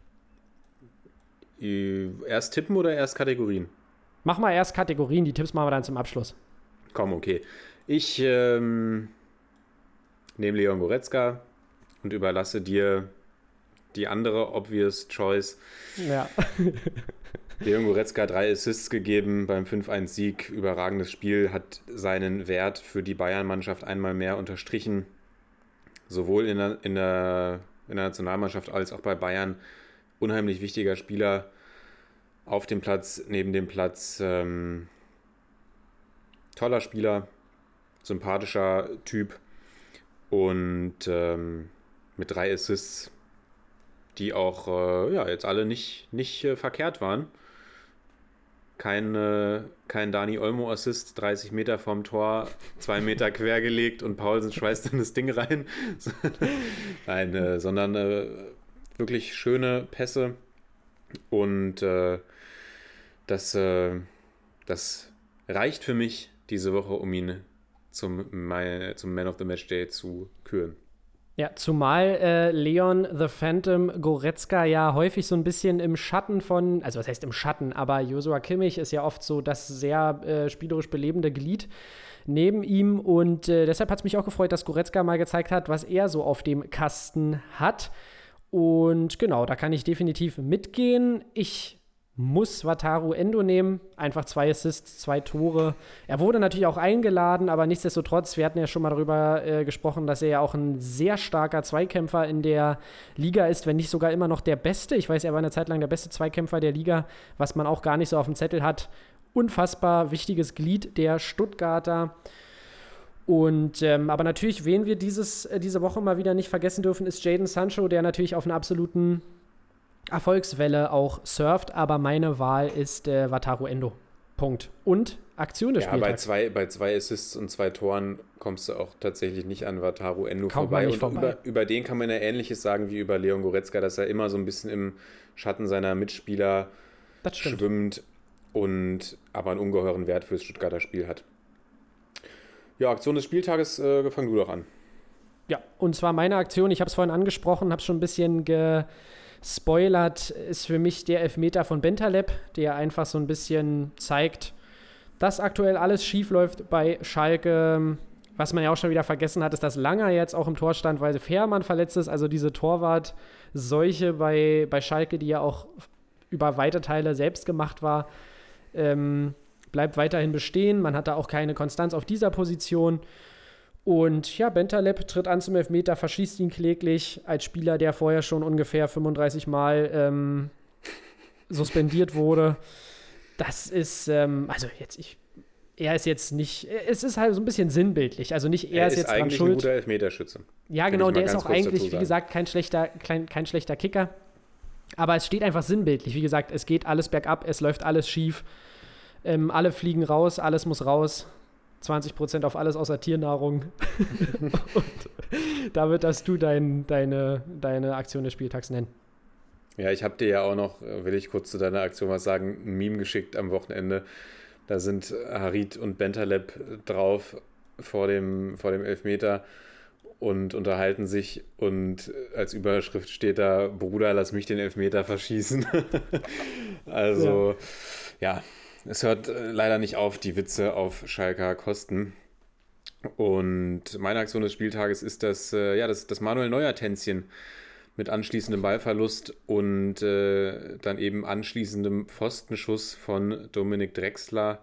Erst tippen oder erst Kategorien? Mach mal erst Kategorien, die Tipps machen wir dann zum Abschluss. Komm, okay. Ich, ähm... nehme Leon Goretzka und überlasse dir die andere obvious choice. Ja. Leon Goretzka hat drei Assists gegeben beim fünf eins Sieg. Überragendes Spiel, hat seinen Wert für die Bayern-Mannschaft einmal mehr unterstrichen. Sowohl in der, in, der, in der Nationalmannschaft als auch bei Bayern. Unheimlich wichtiger Spieler auf dem Platz, neben dem Platz. Ähm, toller Spieler, sympathischer Typ und ähm, mit drei Assists, die auch äh, ja, jetzt alle nicht, nicht äh, verkehrt waren. Kein, äh, kein Dani Olmo-Assist, dreißig Meter vorm Tor, zwei Meter quer gelegt und Paulsen schweißt dann das Ding rein. Nein, äh, sondern äh, wirklich schöne Pässe und äh, das, äh, das reicht für mich diese Woche, um ihn zum, zum Man of the Match Day zu küren. Ja, zumal äh, Leon the Phantom Goretzka ja häufig so ein bisschen im Schatten von, also was heißt im Schatten, aber Joshua Kimmich ist ja oft so das sehr äh, spielerisch belebende Glied neben ihm und äh, deshalb hat es mich auch gefreut, dass Goretzka mal gezeigt hat, was er so auf dem Kasten hat und genau, da kann ich definitiv mitgehen. Ich muss Wataru Endo nehmen. Einfach zwei Assists, zwei Tore. Er wurde natürlich auch eingeladen, aber nichtsdestotrotz, wir hatten ja schon mal darüber äh, gesprochen, dass er ja auch ein sehr starker Zweikämpfer in der Liga ist, wenn nicht sogar immer noch der Beste. Ich weiß, er war eine Zeit lang der beste Zweikämpfer der Liga, was man auch gar nicht so auf dem Zettel hat. Unfassbar wichtiges Glied der Stuttgarter. Und ähm, aber natürlich, wen wir dieses, äh, diese Woche mal wieder nicht vergessen dürfen, ist Jadon Sancho, der natürlich auf einer absoluten Erfolgswelle auch surft, aber meine Wahl ist äh, Wataru Endo. Punkt. Und Aktion des ja, Spieltags. bei zwei, bei zwei Assists und zwei Toren kommst du auch tatsächlich nicht an Wataru Endo Kommt vorbei. nicht und vorbei. Über, über den kann man ja Ähnliches sagen wie über Leon Goretzka, dass er immer so ein bisschen im Schatten seiner Mitspieler Das stimmt. schwimmt und aber einen ungeheuren Wert fürs Stuttgarter Spiel hat. Ja, Aktion des Spieltages, äh, fang du doch an. Ja, und zwar meine Aktion, ich habe es vorhin angesprochen, habe schon ein bisschen gespoilert, ist für mich der Elfmeter von Bentaleb, der einfach so ein bisschen zeigt, dass aktuell alles schief läuft bei Schalke. Was man ja auch schon wieder vergessen hat, ist, dass Langer jetzt auch im Tor stand, weil Fährmann verletzt ist. Also diese Torwart-Seuche bei, bei Schalke, die ja auch über weite Teile selbst gemacht war, ähm, bleibt weiterhin bestehen. Man hat da auch keine Konstanz auf dieser Position. Und ja, Bentaleb tritt an zum Elfmeter, verschießt ihn kläglich als Spieler, der vorher schon ungefähr fünfunddreißig Mal ähm, suspendiert wurde. Das ist, ähm, also jetzt, ich, er ist jetzt nicht, es ist halt so ein bisschen sinnbildlich. Also nicht er, er ist, ist jetzt dran eigentlich schuld. ein guter Elfmeterschütze. Ja, Kann genau, ich mal der ist ganz auch kurz eigentlich, dazu wie sagen. gesagt, kein schlechter, kein, kein schlechter Kicker. Aber es steht einfach sinnbildlich. Wie gesagt, es geht alles bergab, es läuft alles schief. Ähm, alle fliegen raus, alles muss raus. zwanzig Prozent auf alles außer Tiernahrung. Und damit darfst du dein, deine, deine Aktion des Spieltags nennen. Ja, ich habe dir ja auch noch, will ich kurz zu deiner Aktion was sagen, ein Meme geschickt am Wochenende. Da sind Harit und Bentaleb drauf vor dem, vor dem Elfmeter und unterhalten sich und als Überschrift steht da, Bruder, lass mich den Elfmeter verschießen. Also, ja. ja, es hört leider nicht auf, die Witze auf Schalker Kosten. Und meine Aktion des Spieltages ist das, äh, ja, das, das Manuel Neuer-Tänzchen mit anschließendem Ballverlust und äh, dann eben anschließendem Pfostenschuss von Dominik Drexler.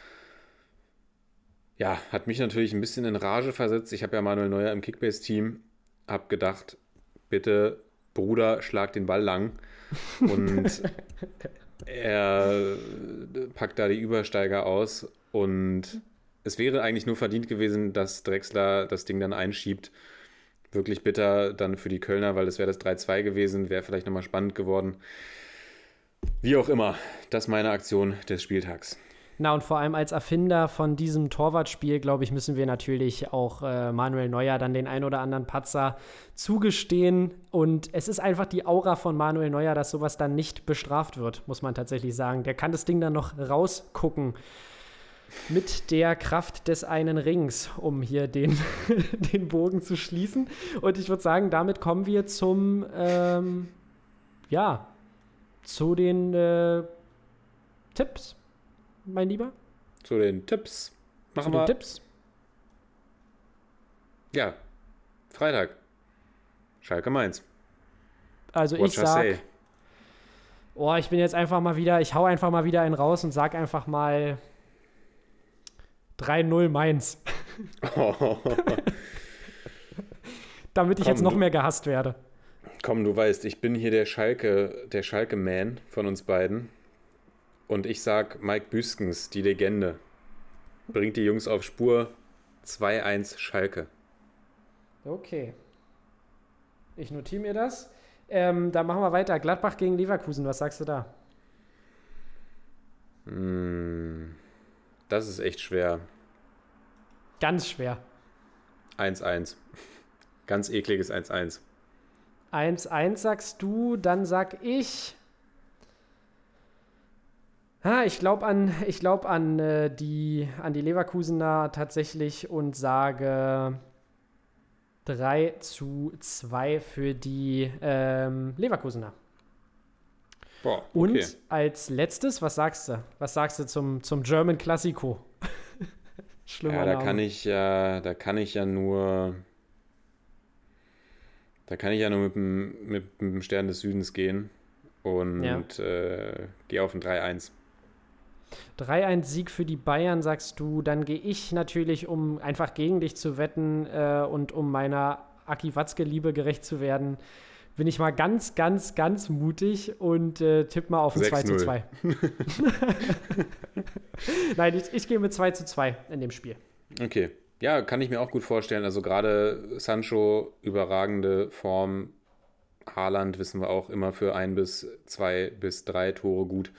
Ja, hat mich natürlich ein bisschen in Rage versetzt. Ich habe ja Manuel Neuer im Kickbase-Team, habe gedacht, bitte Bruder, schlag den Ball lang. Und er packt da die Übersteiger aus und es wäre eigentlich nur verdient gewesen, dass Drexler das Ding dann einschiebt. Wirklich bitter dann für die Kölner, weil das wäre das drei zwei gewesen, wäre vielleicht nochmal spannend geworden. Wie auch immer, das ist meine Aktion des Spieltags. Na, und vor allem als Erfinder von diesem Torwartspiel, glaube ich, müssen wir natürlich auch äh, Manuel Neuer dann den ein oder anderen Patzer zugestehen. Und es ist einfach die Aura von Manuel Neuer, dass sowas dann nicht bestraft wird, muss man tatsächlich sagen. Der kann das Ding dann noch rausgucken. Mit der Kraft des einen Rings, um hier den, den Bogen zu schließen. Und ich würde sagen, damit kommen wir zum, ähm, ja, zu den äh, Tipps, mein Lieber. Zu den Tipps. Machen zu wir. Den Tipps. Ja, Freitag. Schalke Mainz. Also What ich shall sag, say? Oh, ich bin jetzt einfach mal wieder, ich hau einfach mal wieder einen raus und sag einfach mal drei null Mainz. Oh. Damit ich Komm, jetzt noch du- mehr gehasst werde. Komm, du weißt, ich bin hier der Schalke, der Schalke-Man von uns beiden. Und ich sag, Mike Büskens, die Legende, bringt die Jungs auf Spur. zwei eins Schalke. Okay. Ich notiere mir das. Ähm, dann machen wir weiter. Gladbach gegen Leverkusen, was sagst du da? Hm, das ist echt schwer. Ganz schwer. eins eins. Ganz ekliges eins eins. eins eins sagst du, dann sag ich. Ah, ich glaube an, ich glaub an, äh, die, an die Leverkusener tatsächlich und sage drei zu zwei für die ähm, Leverkusener. Boah, Und okay. als letztes, was sagst du? Was sagst du zum, zum German Classico? Schlimmer Ja, da Name. kann ich ja, da kann ich ja nur, da kann ich ja nur mit dem, mit dem Stern des Südens gehen und Ja. äh, gehe auf ein drei eins. drei eins Sieg für die Bayern, sagst du. Dann gehe ich natürlich, um einfach gegen dich zu wetten äh, und um meiner Aki Watzke-Liebe gerecht zu werden, bin ich mal ganz, ganz, ganz mutig und äh, tipp mal auf ein zwei zu sechs null. zwei. Nein, ich, ich gehe mit zwei zu zwei in dem Spiel. Okay. Ja, kann ich mir auch gut vorstellen. Also gerade Sancho, überragende Form. Haaland wissen wir auch immer für ein bis zwei bis drei Tore gut.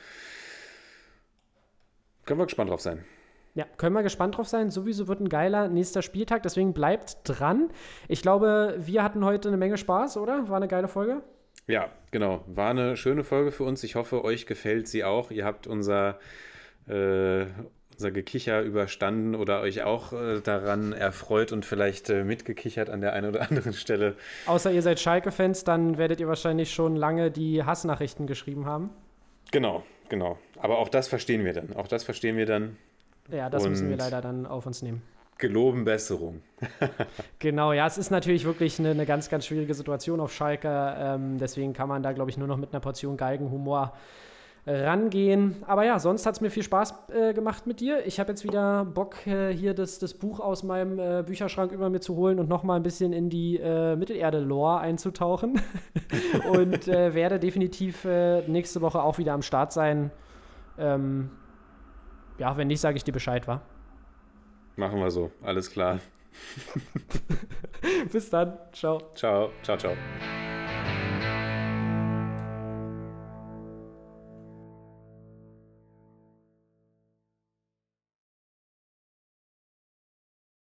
Können wir gespannt drauf sein. Ja, können wir gespannt drauf sein. Sowieso wird ein geiler nächster Spieltag, deswegen bleibt dran. Ich glaube, wir hatten heute eine Menge Spaß, oder? War eine geile Folge. Ja, genau. War eine schöne Folge für uns. Ich hoffe, euch gefällt sie auch. Ihr habt unser, äh, unser Gekicher überstanden oder euch auch äh, daran erfreut und vielleicht äh, mitgekichert an der einen oder anderen Stelle. Außer ihr seid Schalke-Fans, dann werdet ihr wahrscheinlich schon lange die Hassnachrichten geschrieben haben. Genau, genau. Aber auch das verstehen wir dann. Auch das verstehen wir dann. Ja, das müssen wir Und- leider dann auf uns nehmen. Geloben Besserung. Genau, ja, es ist natürlich wirklich eine, eine ganz, ganz schwierige Situation auf Schalke. Ähm, deswegen kann man da, glaube ich, nur noch mit einer Portion Galgenhumor rangehen. Aber ja, sonst hat es mir viel Spaß äh, gemacht mit dir. Ich habe jetzt wieder Bock, äh, hier das, das Buch aus meinem äh, Bücherschrank über mir zu holen und noch mal ein bisschen in die äh, Mittelerde-Lore einzutauchen. und äh, werde definitiv äh, nächste Woche auch wieder am Start sein. Ähm, ja, wenn nicht, sage ich dir Bescheid, wa? Machen wir so. Alles klar. Bis dann. Ciao. Ciao, ciao, ciao.